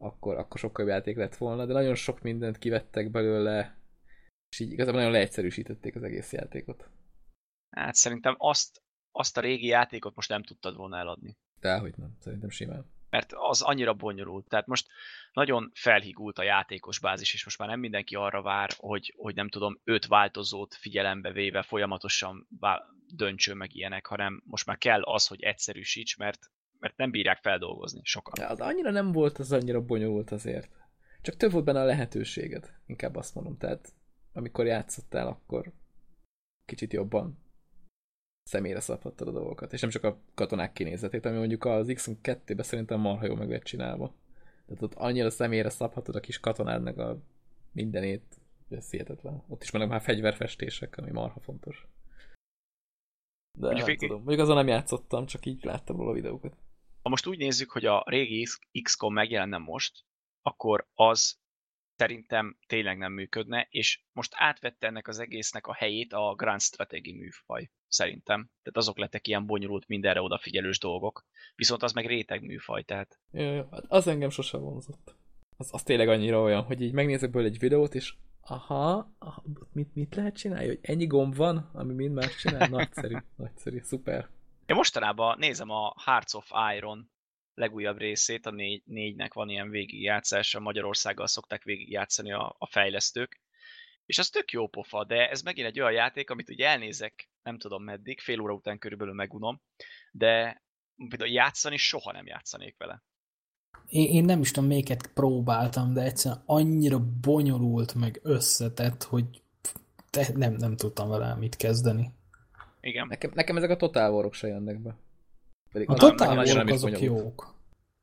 akkor sokkal jobb játék lett volna, de nagyon sok mindent kivettek belőle, és így igazából nagyon leegyszerűsítették az egész játékot. Hát szerintem azt a régi játékot most nem tudtad volna eladni. Dehogy nem, szerintem simán. Mert az annyira bonyolult. Tehát most nagyon felhigult a játékos bázis, és most már nem mindenki arra vár, hogy nem tudom, 5 változót figyelembe véve folyamatosan döntsön meg ilyenek, hanem most már kell az, hogy egyszerűsíts, mert nem bírják feldolgozni sokan. De az annyira nem volt, az annyira bonyolult azért. Csak több volt benne a lehetőséged, inkább azt mondom. Tehát amikor játszottál, akkor kicsit jobban személyre szabhattad a dolgokat. És nem csak a katonák kinézetét, ami mondjuk az X2-ben szerintem marha jó meg lett csinálva. Tehát ott annyira személyre szabhatod a kis katonádnak a mindenét, ez hihetetlen. Ott is vannak már fegyverfestések, ami marha fontos. De mondjuk nem tudom. Mondjuk azon nem játszottam, csak így láttam róla a videókat. Ha most úgy nézzük, hogy a régi XCOM megjelenne most, akkor az szerintem tényleg nem működne, és most átvette ennek az egésznek a helyét a Grand Strategy műfaj, szerintem. Tehát azok lettek ilyen bonyolult, mindenre odafigyelős dolgok. Viszont az meg réteg műfaj, tehát... Jó, az engem sose vonzott. Az tényleg annyira olyan, hogy így megnézek belőle egy videót, és mit lehet csinálni? Hogy ennyi gomb van, ami mind más csinál? Nagyszerű, szuper. Én mostanában nézem a Hearts of Iron legújabb részét, a 4-nek van ilyen végigjátszása, Magyarországgal szokták végigjátszani a fejlesztők, és az tök jó pofa, de ez megint egy olyan játék, amit ugye elnézek, nem tudom meddig, fél óra után körülbelül megunom, de például játszani soha nem játszanék vele. Én nem is tudom, melyiket próbáltam, de egyszerűen annyira bonyolult, meg összetett, hogy nem tudtam vele mit kezdeni. Igen. Nekem ezek a Total War-ok se jönnek be. Pedig a Total War-ok azok jók.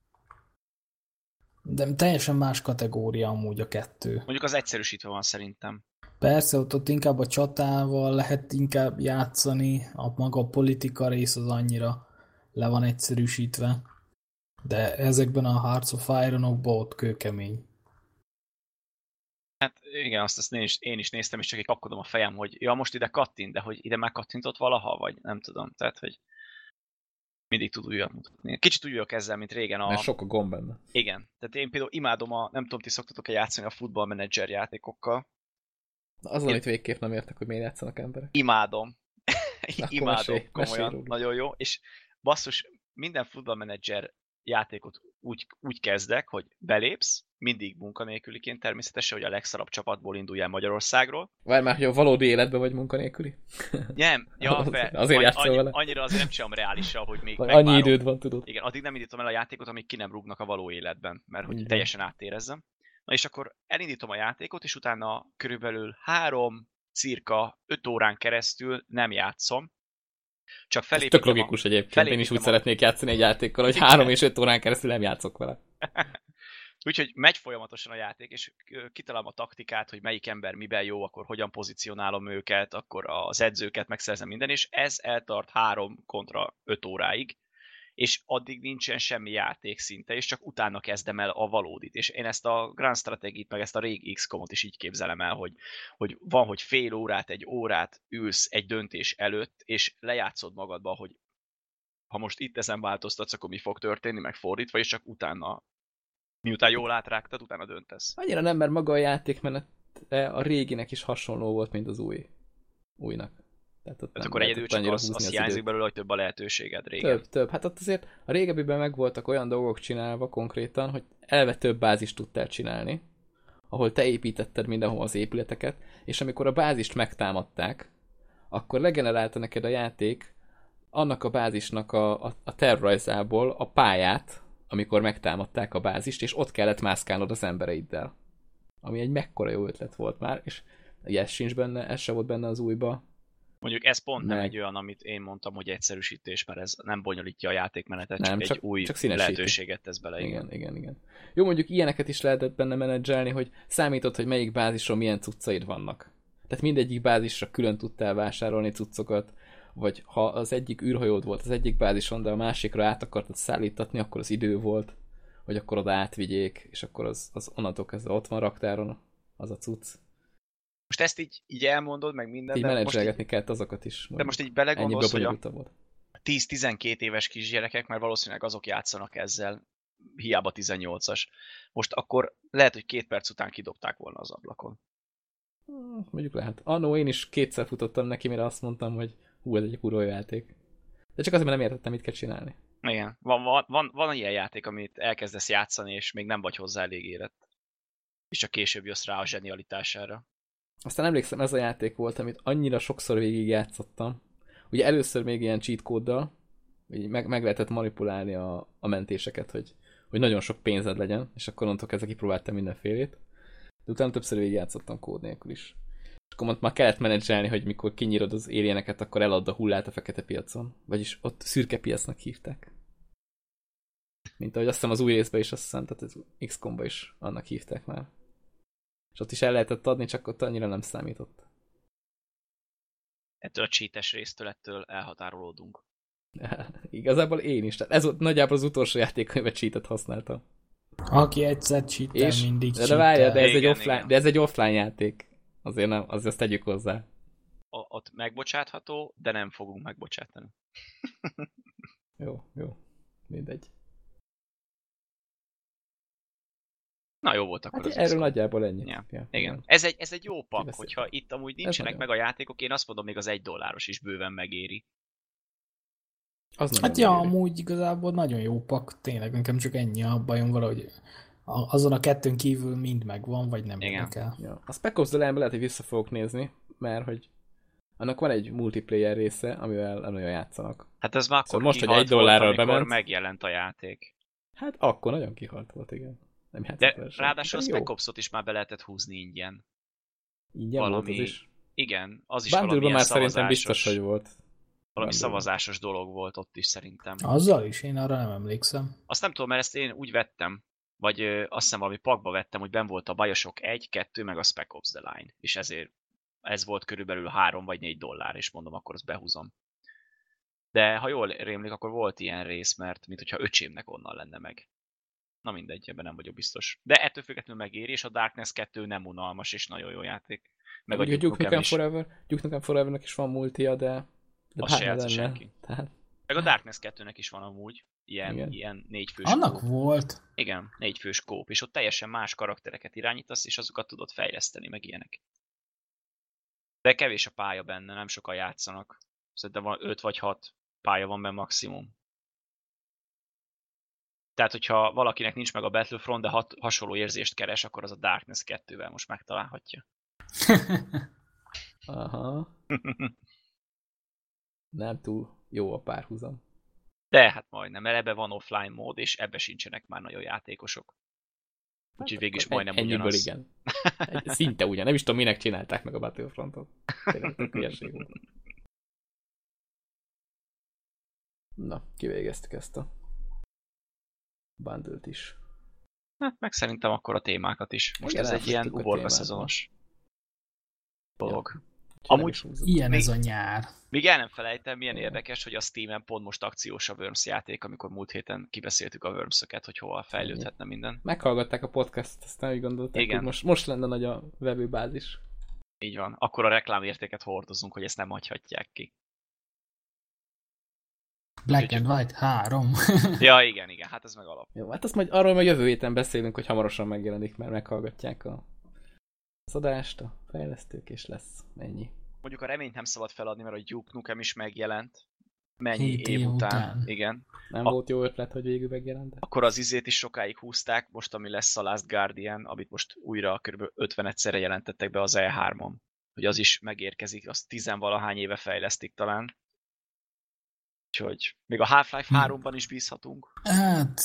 De teljesen más kategória amúgy a kettő. Mondjuk az egyszerűsítve van szerintem. Persze, ott inkább a csatával lehet inkább játszani, a maga politika rész az annyira le van egyszerűsítve. De ezekben a Hearts of Iron-okban ott kőkemény. Hát igen, azt én is néztem, és csak egy kapkodom a fejem, hogy ja, most ide kattint, de hogy ide már kattintott valaha, vagy nem tudom. Tehát, hogy mindig tud újat mutatni. Kicsit úgy vagyok ezzel, mint régen Mert sok a gomb benne. Igen. Tehát én például imádom nem tudom, ti szoktatok-e játszani a Football Manager játékokkal. Azon, amit végképp nem értek, hogy miért játszanak emberek. Imádom. Imádom, komolyan. Mesélj. Nagyon jó. És basszus, minden Football Manager játékot úgy kezdek, hogy belépsz, mindig munkanélküliként természetesen, hogy a legszarabb csapatból induljál Magyarországról. Várj már, hogy a valódi életben vagy munkanélküli? Nem, ja, azért játszol vele. Annyira azért nem csinálom reálisan, hogy még annyi időd van, tudod. Igen, addig nem indítom el a játékot, amíg ki nem rúgnak a való életben, mert hogy teljesen áttérezzem. Na és akkor elindítom a játékot, és utána körülbelül 5 órán keresztül nem játszom. Csak felépítem. Tök logikus egyébként. Én is úgy szeretnék játszani egy játékkal, hogy 3 és 5 órán keresztül nem játszok vele. Úgyhogy megy folyamatosan a játék, és kitalálom a taktikát, hogy melyik ember miben jó, akkor hogyan pozícionálom őket, akkor az edzőket megszerzem minden, és ez eltart 3 kontra 5 óráig, és addig nincsen semmi játék szinte, és csak utána kezdem el a valódit. És én ezt a Grand Strategy-t, meg ezt a régi XCOM-ot is így képzelem el, hogy van, hogy fél órát, 1 órát ülsz egy döntés előtt, és lejátszod magadba, hogy ha most itt ezen változtatsz, akkor mi fog történni, meg fordítva, és csak utána, miután jól átrágtad, utána döntesz. Annyira nem, mert maga a játékmenete a réginek is hasonló volt, mint az újnak. Tehát akkor egyedül csak az hiányzik belőle, hogy több a lehetőséged régen. Több. Hát ott azért a régebbiben meg voltak olyan dolgok csinálva konkrétan, hogy elve több bázist tudtál csinálni, ahol te építetted mindenhol az épületeket, és amikor a bázist megtámadták, akkor legenerálta neked a játék annak a bázisnak a tervrajzából a pályát, amikor megtámadták a bázist, és ott kellett mászkálnod az embereiddel. Ami egy mekkora jó ötlet volt már, és ez sincs benne, ez se volt benne az újba. Mondjuk ez pont nem egy olyan, amit én mondtam, hogy egyszerűsítés, mert ez nem bonyolítja a játékmenetet, nem, csak egy új lehetőséget tesz bele. Igen. Jó, mondjuk ilyeneket is lehetett benne menedzselni, hogy számított, hogy melyik bázisról milyen cuccaid vannak. Tehát mindegyik bázisra külön tudtál vásárolni cuccokat, vagy ha az egyik űrhajód volt az egyik bázison, de a másikra át akartad szállítatni, akkor az idő volt, hogy akkor oda átvigyék, és akkor az onnantól kezdve ott van raktáron az a cucc. Most ezt így elmondod, meg minden, így menedzselgetni kellett azokat is. De most így belegondolsz, hogy a 10-12 éves kisgyerekek, mert valószínűleg azok játszanak ezzel, hiába 18-as. Most akkor lehet, hogy 2 perc után kidobták volna az ablakon. Mondjuk lehet. Annó én is 2-szer futottam neki, mire azt mondtam, hogy hú, ez egy kurva jó játék. De csak azért, mert nem értettem, mit kell csinálni. Igen, van ilyen játék, amit elkezdesz játszani, és még nem vagy hozzá elég érett. És csak később jössz rá a zsenialitására. Aztán emlékszem, ez a játék volt, amit annyira sokszor végig játszottam. Ugye először még ilyen cheat kóddal, hogy meg lehetett manipulálni a mentéseket, hogy nagyon sok pénzed legyen, és akkor onnantól kezdve kipróbáltam mindenfélét. De utána többször végig játszottam kód nélkül is. És akkor már kellett menedzselni, hogy mikor kinyírod az alieneket, akkor eladd a hullát a fekete piacon. Vagyis ott szürke piacnak hívták. Mint ahogy azt hiszem az új részben is, azt hiszem, tehát az XCOM-ba is annak hívták már. És ott is el lehetett adni, csak ott annyira nem számított. Ettől a cheates résztől elhatárolódunk. Igazából én is. Tehát ez volt nagyjából az utolsó játék, amiben cheatet használtam. Aki egyszer cheatel, mindig cheatel. De várjál, de ez, Igen, egy offline, igen. de ez egy offline játék. Azért nem, azért azt tegyük hozzá. Ott megbocsátható, de nem fogunk megbocsátani. Jó. Mindegy. Na jó volt akkor Hát az erről XCOM. nagyjából ennyi. Ja, igen. Ez egy jó pak, Kiveszem. hogyha itt amúgy nincsenek meg nagyon. a játékok, én azt mondom, még az $1 is bőven megéri. Az nagyon Hát ja, megéri. amúgy igazából nagyon jó pak, tényleg nekem csak ennyi a bajom valahogy. Azon a kettőn kívül mind megvan, vagy nem Igen. érdekel. Ja. A Spec Ops The Line-ben lehet, hogy vissza fogok nézni, mert hogy annak van egy multiplayer része, amivel nem nagyon játszanak. Hát ez már akkor Szóval most, hogy kihalt $1 volt, amikor bement. megjelent a játék. Hát akkor nagyon kihalt volt, igen. Nem De játszott vele senki. ráadásul a De jó. Spec Ops-ot is már be lehetett húzni ingyen. Ingyen volt valami- az is. Igen, az is Bundle-ban valamilyen már szerintem szavazásos, biztos, hogy volt. valami Bundle-ban. szavazásos dolog volt ott is szerintem. Azzal is, én arra nem emlékszem. Azt nem tudom, mert ezt én úgy vettem, vagy azt hiszem valami pakba vettem, hogy benn volt a Bioshock 1, 2, meg a Spec Ops The Line. És ezért ez volt körülbelül $3 vagy $4, és mondom, akkor azt behúzom. De ha jól rémlik, akkor volt ilyen rész, mert mintha öcsémnek onnan lenne meg. Na mindegy, ebben nem vagyok biztos. De ettől függetlenül megéri, és a Darkness 2 nem unalmas, és nagyon jó játék. Meg a Ugye a Duke Duke Nukem is. Forever, Duke Nukem Forevernek is van multia, de Azt se bármi játsza lenne. senki. Tehát, Meg a Darkness 2-nek is van amúgy Igen. ilyen 4 fős Annak kóp. volt. Igen, 4 fős kóp, és ott teljesen más karaktereket irányítasz, és azokat tudod fejleszteni, meg ilyenek. De kevés a pálya benne, nem sokan játszanak. Szerintem van 5 vagy 6 pálya van benne maximum. Tehát, hogyha valakinek nincs meg a Battlefront, de hasonló érzést keres, akkor az a Darkness 2-vel most megtalálhatja. aha. Nem túl jó a párhuzam. De hát majdnem, mert ebbe van offline mód, és ebbe sincsenek már nagyon játékosok. Úgyhogy végül is Akkor majdnem ennyiből ugyanaz. igen. Szinte ugyan. Nem is tudom, minek csinálták meg a Battlefrontot. Tényleg tök hülyeség volt. Na, kivégeztük ezt a bundle-t is. Hát meg szerintem akkor a témákat is. Most Igen, ez egy ilyen elfogtuk a uborka témát. szezonos dolog. Úgyhogy Amúgy nem is húzom. Ilyen Még- ez a nyár. Még el nem felejtem, milyen érdekes, hogy a Steamen pont most akciós a Worms játék, amikor múlt héten kibeszéltük a Worms-öket, hogy hova fejlődhetne minden. Meghallgatták a podcast, aztán úgy gondolták, Igen. hogy most lenne nagy a vevőbázis. Így van. Akkor a reklámértéket hordozunk, hogy ezt nem hagyhatják ki. Black and White 3. Ja, igen, hát ez meg alap. Jó, hát azt majd arról majd jövő héten beszélünk, hogy hamarosan megjelenik, mert meghallgatják az adást, a fejlesztők, és lesz ennyi. Mondjuk a reményt nem szabad feladni, mert a Duke Nukem is megjelent. Mennyi 7 év év után. után. Igen. Nem volt jó ötlet, hogy végül megjelent? Akkor az izét is sokáig húzták, most ami lesz a Last Guardian, amit most újra kb. 50-szerre jelentettek be az E3-on. Hogy az is megérkezik, azt 10-valahány éve fejlesztik talán. Úgyhogy még a Half-Life 3-ban is bízhatunk. Hát,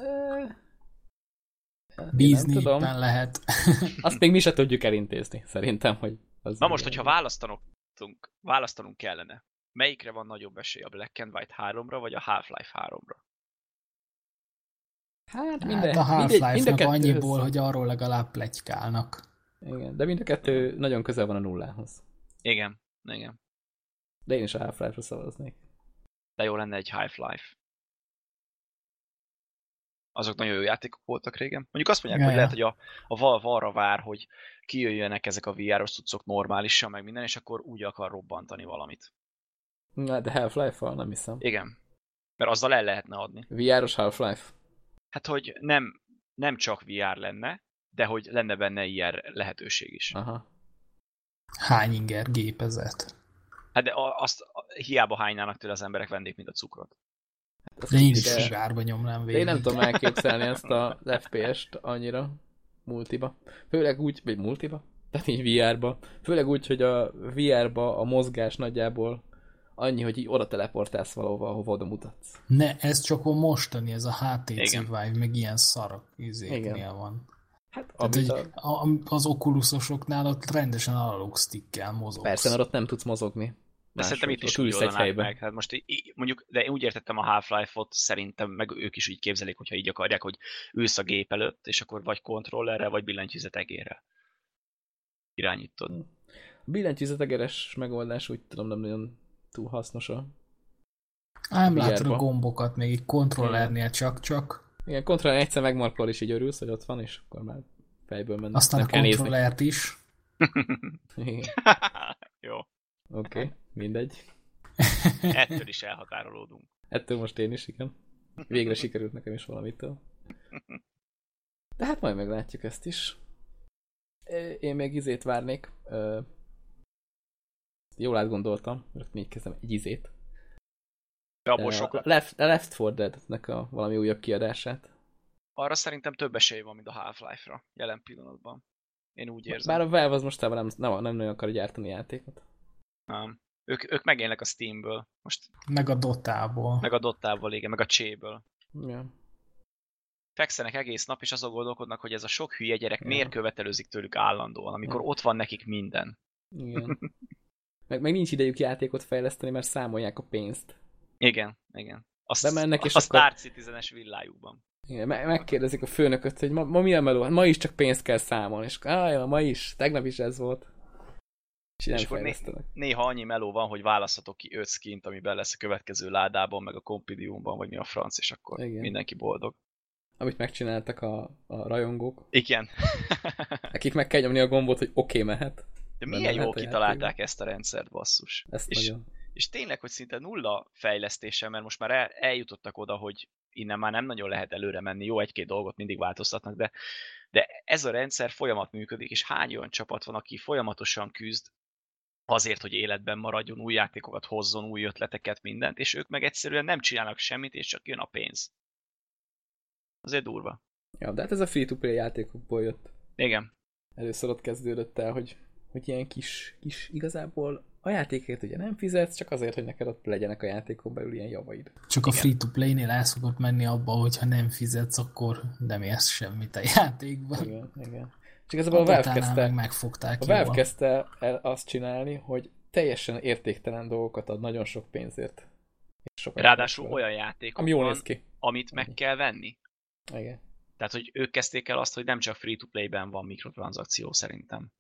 Nem bízni tudom. éppen lehet. Azt még mi se tudjuk elintézni, szerintem, hogy az Na most, igen. hogyha választanunk kellene, melyikre van nagyobb esély, a Black and White 3-ra, vagy a Half-Life 3-ra? Hát Hát a Half-Life-nak annyiból, hogy arról legalább pletykálnak. Igen, de mind a kettő nagyon közel van a nullához. Igen. De én is a Half-Life-ra szavaznék. De jó lenne egy Half-Life. Azok nagyon jó játékok voltak régen. Mondjuk azt mondják, hogy Ja. lehet, hogy a Valve arra vár, hogy kijöjjenek ezek a VR-os cuccok normálisan, meg minden, és akkor úgy akar robbantani valamit. Na, de Half-Life-val nem hiszem. Igen. Mert azzal el lehetne adni. VR-os Half-Life. Hát, hogy nem csak VR lenne, de hogy lenne benne IR lehetőség is. Aha. Hány inger gépezet? Hát de hiába hánynának tőle az emberek vennék, mint a cukrot. De én is sugárba nyomnám De végig. én nem tudom elképzelni ezt az FPS-t annyira multiba. Főleg úgy, vagy multiba? Tehát így VR-ba. Főleg úgy, hogy a VR-ba a mozgás nagyjából annyi, hogy így oda teleportálsz valahova, ahova oda mutatsz. Ne, ez csak a mostani, ez a HTC Igen. Vive, meg ilyen szarak izéknél van. Hát Tehát, az Oculusosoknál ott rendesen analóg stickkel mozogsz. Persze, mert ott nem tudsz mozogni. De szerintem itt is ott úgy ülsz egy oldanák helyben. meg. Hát most mondjuk, de én úgy értettem a Half-Life-ot, szerintem meg ők is úgy képzelik, hogyha így akarják, hogy ülsz a gép előtt, és akkor vagy kontrollerrel, vagy billentyűzetegérrel irányítod. A billentyűzetegeres megoldás úgy tudom nem nagyon túl hasznos a Ám látod a VR-ba. gombokat még egy kontrollernél csak. Igen, kontroller egyszer megmarkol, és így örülsz, hogy ott van, és akkor már fejből mennek. Aztán nem a kell nézni. kontrollert is. Igen. Jó. Oké, mindegy. Ettől is elhatárolódunk. Ettől most én is, igen. Végre sikerült nekem is valamitől. De hát majd meglátjuk ezt is. Én még izét várnék. Jól átgondoltam, mert még kezdem egy izét. De abból A sokat. Left 4 Dead-nek a valami újabb kiadását. Arra szerintem több esély van, mint a Half-Life-ra jelen pillanatban. Én úgy érzem. Bár a Valve az mostában nem nagyon akar gyártani játékot. Ők megélnek a Steamből. Most Meg a Dotából. meg a Dottából, igen, meg a Cséből. Ja. Fekszenek egész nap, és azon gondolkodnak, hogy ez a sok hülye gyerek Ja. miért követelőzik tőlük állandóan, amikor ott van nekik minden. Igen. meg nincs idejük játékot fejleszteni, mert számolják a pénzt. Igen. Bemennek, és a akkor- Star Citizen-es villájukban. Igen, megkérdezik a főnököt, hogy ma mi a meló? Ma is csak pénzt kell számolni. És jó, ma is. Tegnap is ez volt. És nem És akkor fejlesztenek. Néha annyi meló van, hogy választhatok ki 5 skint, amiben lesz a következő ládában, meg a Compendiumban, vagy mi a franc, és akkor Igen. mindenki boldog. Amit megcsináltak a rajongók. Igen. Nekik meg kell nyomni a gombot, hogy oké, mehet. De Benne milyen lehet jól a kitalálták játékban. ezt a rendszert, basszus. Ezt És, nagyon. és tényleg, hogy szinte nulla fejlesztéssel, mert most már eljutottak oda, hogy innen már nem nagyon lehet előre menni, jó, egy-két dolgot mindig változtatnak, de ez a rendszer folyamat működik, és hány olyan csapat van, aki folyamatosan küzd azért, hogy életben maradjon, új játékokat hozzon, új ötleteket, mindent, és ők meg egyszerűen nem csinálnak semmit, és csak jön a pénz. Azért durva. Ja, de hát ez a free-to-play játékokból jött. Igen. Először ott kezdődött el, hogy ilyen kis igazából a játékért ugye nem fizetsz, csak azért, hogy neked ott legyenek a játékon belül ilyen javaid. Csak a free-to-play-nél el szokott menni abba, hogyha nem fizetsz, akkor nem érsz semmit a játékban. Igen. Csak igazából a Valve Dotánál meg kezdte, megfogták a Valve jól. kezdte el azt csinálni, hogy teljesen értéktelen dolgokat ad nagyon sok pénzért. És sokat Ráadásul keres vele. olyan játékok Ami jól van, néz ki. amit meg kell venni. Igen. Tehát, hogy ők kezdték el azt, hogy nem csak free-to-play-ben van mikrotranszakció szerintem.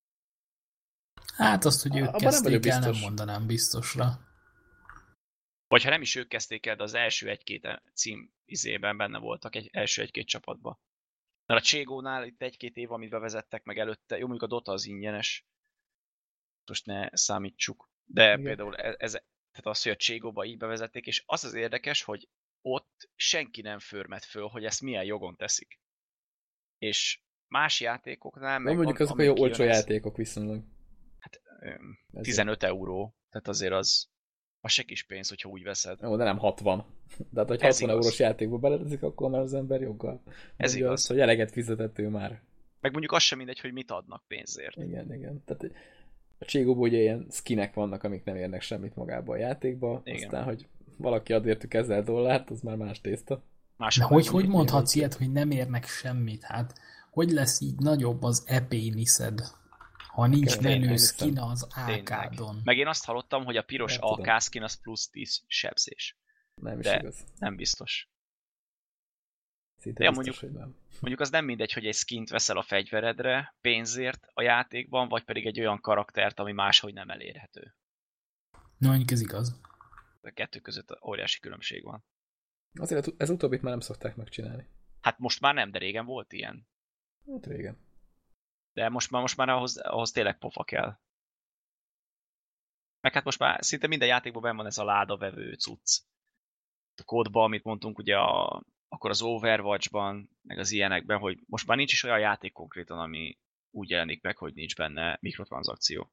Hát azt, hogy ők Abban nem vagyok kezdték el, nem biztos. mondanám biztosra. Vagy ha nem is ők kezdték el, de az első egy-két cím izében benne voltak, első egy-két csapatban. Mert a Cségónál itt egy-két év, amit bevezettek meg előtte, jó, mondjuk a Dota az ingyenes, most ne számítsuk, de Igen. például tehát az, hogy a Cségóba így bevezették, és az érdekes, hogy ott senki nem förmet föl, hogy ezt milyen jogon teszik. És más játékoknál meg... Mondjuk azok a jó olcsó játékok viszonylag. Öm, 15 euró, tehát azért az se kis pénz, hogyha úgy veszed. Jó, de nem 60. De hát, hogy Ez 60 igaz. eurós játékba beletezik, akkor már az ember joggal. Ez Mondja igaz. azt, hogy eleget fizetett ő már. Meg mondjuk az sem mindegy, hogy mit adnak pénzért. Igen. Tehát a Cségóban ugye ilyen skinek vannak, amik nem érnek semmit magába a játékba. Igen. Aztán, hogy valaki ad értük $1000, az már más tészta. De Mások hogy meg mondhatsz ilyet, hogy nem érnek semmit? Hát, hogy lesz így nagyobb az epéniszed, ha nincs Tényleg, menő hiszem. skin az tényleg. AK-don? Meg én azt hallottam, hogy a piros Nem tudom. AK skin az plusz 10 sebzés. Nem is De- igaz. Nem biztos. Szinte Ja, biztos, hogy nem. Mondjuk az nem mindegy, hogy egy skint veszel a fegyveredre pénzért a játékban, vagy pedig egy olyan karaktert, ami máshogy nem elérhető. No, mondjuk ez igaz. A kettő között óriási különbség van. Azért ez utóbbit már nem szokták megcsinálni. Hát most már nem, de régen volt ilyen. Hát régen. De most már ahhoz tényleg pofa kell. Meg hát most már szinte minden játékban benn van ez a ládavevő cucc. A kódban, amit mondtunk, ugye akkor az Overwatchban, meg az ilyenekben, hogy most már nincs is olyan játék konkrétan, ami úgy jelenik meg, hogy nincs benne mikrotranszakció.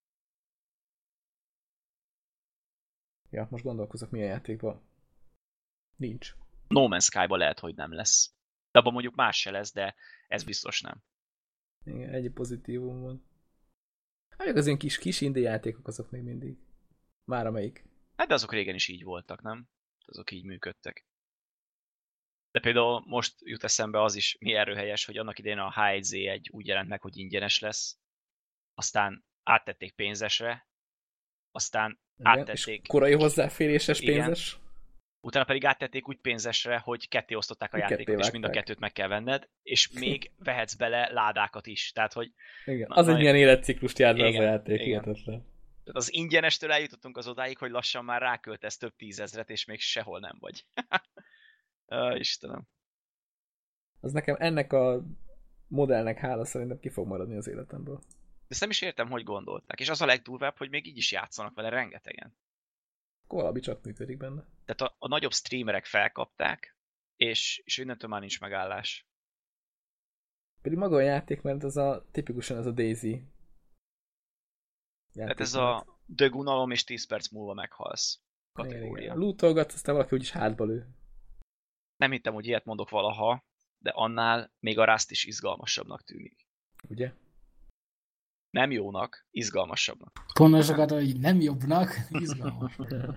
Ja, most gondolkozok, milyen játékban nincs. No Man's Sky-ban lehet, hogy nem lesz. De abban mondjuk más se lesz, de ez biztos nem. Igen, egy pozitívum van. Hát az ilyen kis indie játékok azok még mindig. Már amelyik. Hát de azok régen is így voltak, nem? Azok így működtek. De például most jut eszembe az is, mi erőhelyes, hogy annak idején a H1Z1 úgy jelent meg, hogy ingyenes lesz, aztán áttették pénzesre, aztán Igen, áttették... és korai hozzáféréses Igen. pénzes. Utána pedig áttették úgy pénzesre, hogy ketté osztották a játékot, és mind a kettőt meg kell venned, és még vehetsz bele ládákat is. Tehát, hogy... Igen, az egy milyen életciklust jár be az a játék, igen. Hihetetlen. Tehát az ingyenestől eljutottunk az odáig, hogy lassan már ráköltesz több tízezret, és még sehol nem vagy. Istenem. Az nekem ennek a modellnek hála szerintem ki fog maradni az életemből. De ezt nem is értem, hogy gondolták. És az a legdurvább, hogy még így is játszanak vele rengetegen. Valami csak működik benne. Tehát a nagyobb streamerek felkapták, és innentől már nincs megállás. Pedig maga a játék, mert tipikusan ez a Daisy Tehát ez a dögunalom, és 10 perc múlva meghalsz kategória. Igen. Lootolgat, aztán valaki úgyis hátba lő. Nem hittem, hogy ilyet mondok valaha, de annál még a Rust is izgalmasabbnak tűnik. Ugye? Nem jónak, izgalmasabbnak. Pontosokat, hogy nem jobbnak, izgalmas.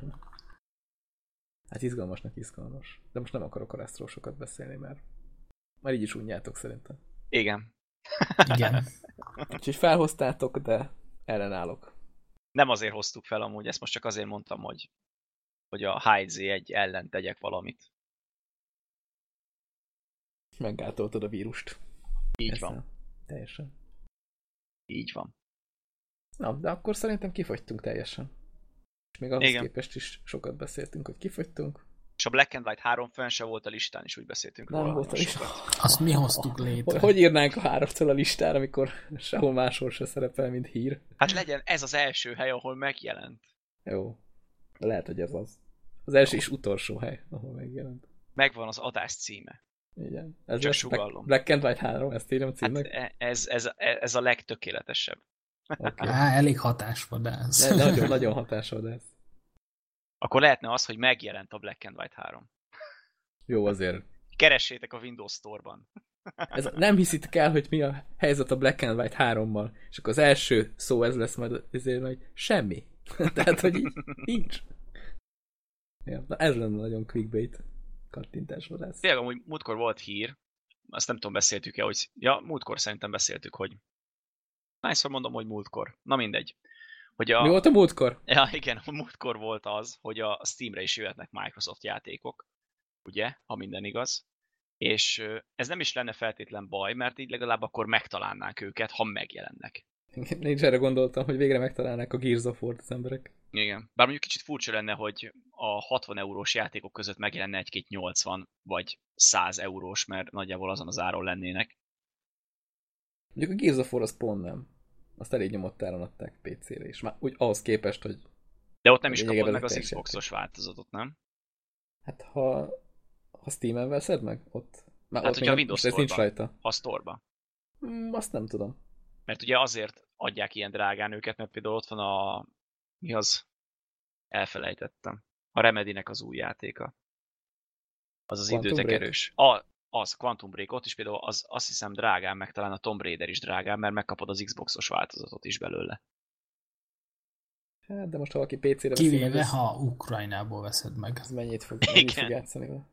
Hát izgalmasnak izgalmas. De most nem akarok a Rustról sokat beszélni, mert már így is unjátok szerintem. Igen. Igen. Úgyhogy felhoztátok, de ellenállok. Nem azért hoztuk fel amúgy, ezt most csak azért mondtam, hogy a H1Z1 ellen tegyek valamit. Meggátoltad a vírust. Így ezzel. van. Teljesen. Így van. Na, de akkor szerintem kifogytunk teljesen. És még ahhoz Igen. képest is sokat beszéltünk, hogy kifogytunk. És a Black and White 3 fenn se volt a listán, és úgy beszéltünk Nem róla. volt a nagyon listán. sokat. Azt mi hoztuk létre. Hogy írnánk a 3-től a listára, amikor sehol máshol se szerepel, mint hír? Hát legyen ez az első hely, ahol megjelent. Jó. Lehet, hogy ez az. Az első és utolsó hely, ahol megjelent. Megvan az adás címe. Igen. Ez Csak lesz sugallom. Black and White 3, ezt írjam címnek. Hát ez a legtökéletesebb. Okay. Elég hatásvadász. Nagyon, nagyon hatásod ez. Akkor lehetne az, hogy megjelent a Black and White 3. Jó, azért. Keressétek a Windows Store-ban. Nem hiszitek el, hogy mi a helyzet a Black and White 3-mal, és akkor az első szó ez lesz majd azért, hogy semmi. Tehát, hogy így nincs. Ja, na ez lenne nagyon clickbait kattintásvadász. Tényleg amúgy múltkor volt hír, azt nem tudom, beszéltük-e, hogy... Ja, múltkor szerintem beszéltük, hogy... Hányszor mondom, hogy múltkor? Na mindegy. Hogy Mi volt a múltkor? Ja, igen, a múltkor volt az, hogy a Steamre is jöhetnek Microsoft játékok, ugye, ha minden igaz. És ez nem is lenne feltétlen baj, mert így legalább akkor megtalálnánk őket, ha megjelennek. Én is erre gondoltam, hogy végre megtalálnák a Gears of War-t az emberek. Igen. Bár mondjuk kicsit furcsa lenne, hogy a 60 eurós játékok között megjelenne egy-két 80 vagy 100 eurós, mert nagyjából azon az áron lennének. Mondjuk a Gears of War az pont nem. Azt elég nyomott áron adták PC-re is. Már úgy ahhoz képest, hogy... De ott nem is lényegében kapod meg ez az egy Xbox-os változatot, nem? Hát ha Steam-en veszed meg, ott... Már Hát ott hogyha a még Windows ez nincs Store-ban. rajta. A Store-ba. Azt nem tudom. Mert ugye azért adják ilyen drágán őket, mert például ott van a... Mi az? Elfelejtettem. A Remedy-nek az új játéka. Az az Quantum időtekerős. Az Quantum Break, ott is például azt hiszem drágán, meg talán a Tomb Raider is drágán, mert megkapod az Xbox-os változatot is belőle. Hát, de most ha valaki PC-re veszi Kivéve, meg, ha Ukrajnából veszed meg. az mennyit fog Igen. játszani vele?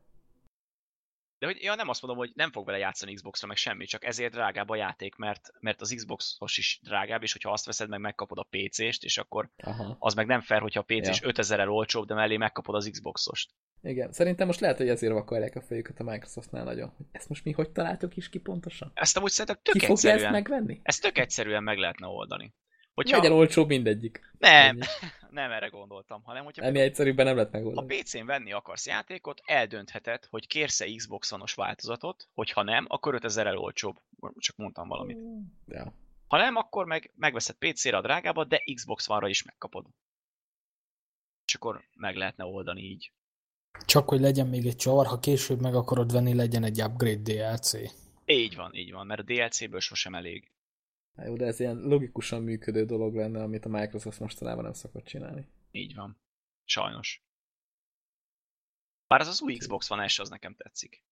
De hogy, ja, nem azt mondom, hogy nem fog vele játszani Xbox-ra, meg semmi, csak ezért drágább a játék, mert az Xbox-os is drágább, és hogyha azt veszed meg, megkapod a PC-st, és akkor Aha. az meg nem fair, hogyha a PC-s Ja. 5000-el olcsóbb, de mellé megkapod az Xbox-ost. Igen. Szerintem most lehet, hogy ezért vakarják a fejüket a Microsoftnál nagyon. Hogy ezt most mi hogy találtuk is ki pontosan? Ezt amúgy szerintem Ki tök fogja ezt egyszerűen, megvenni? ezt tök egyszerűen meg lehetne oldani. Legyen olcsóbb mindegyik. Nem, Ennyi. nem erre gondoltam, hanem hogyha Ennél egyszerűbben nem lehet ha megoldani. PC-n venni akarsz játékot, eldöntheted, hogy kérsz-e Xbox One-os változatot, hogyha nem, akkor 5000-el olcsóbb. Csak mondtam valamit. Ja. Ha nem, akkor megveszed PC-re a drágábbat, de Xbox One-ra is megkapod. És akkor meg lehetne oldani így. Csak hogy legyen még egy csavar, ha később meg akarod venni, legyen egy upgrade DLC. Így van, mert a DLC-ből sosem elég. Hát jó, de ez ilyen logikusan működő dolog lenne, amit a Microsoft mostanában nem szokott csinálni. Így van. Sajnos. Bár az új Xbox One S az nekem tetszik.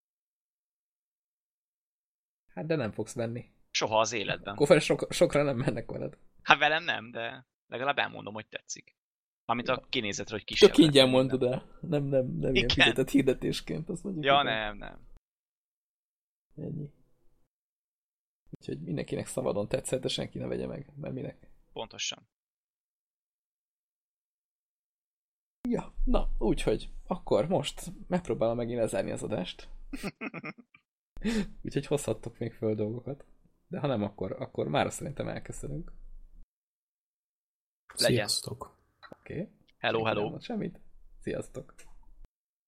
Hát de nem fogsz venni. Soha az életben. Akkor sokra nem mennek veled. Hát velem nem, de legalább elmondom, hogy tetszik. Mármint a kinézetre, hogy kisebb. Csak ingyen mondod el. Nem ilyen Igen. fizetett hirdetésként. Azt mondjuk, Ja, hogy nem. ennyi. Úgyhogy mindenkinek szabadon tetszett, de senki ne vegye meg. Mert minek? Pontosan. Ja, na, úgyhogy akkor most megpróbálom megint lezárni az adást. Úgyhogy hozhattok még föl dolgokat. De ha nem, akkor már szerintem elköszönünk. Legyen. Sziasztok! Oké. Hello, Senki nem hello. mond semmit. Sziasztok!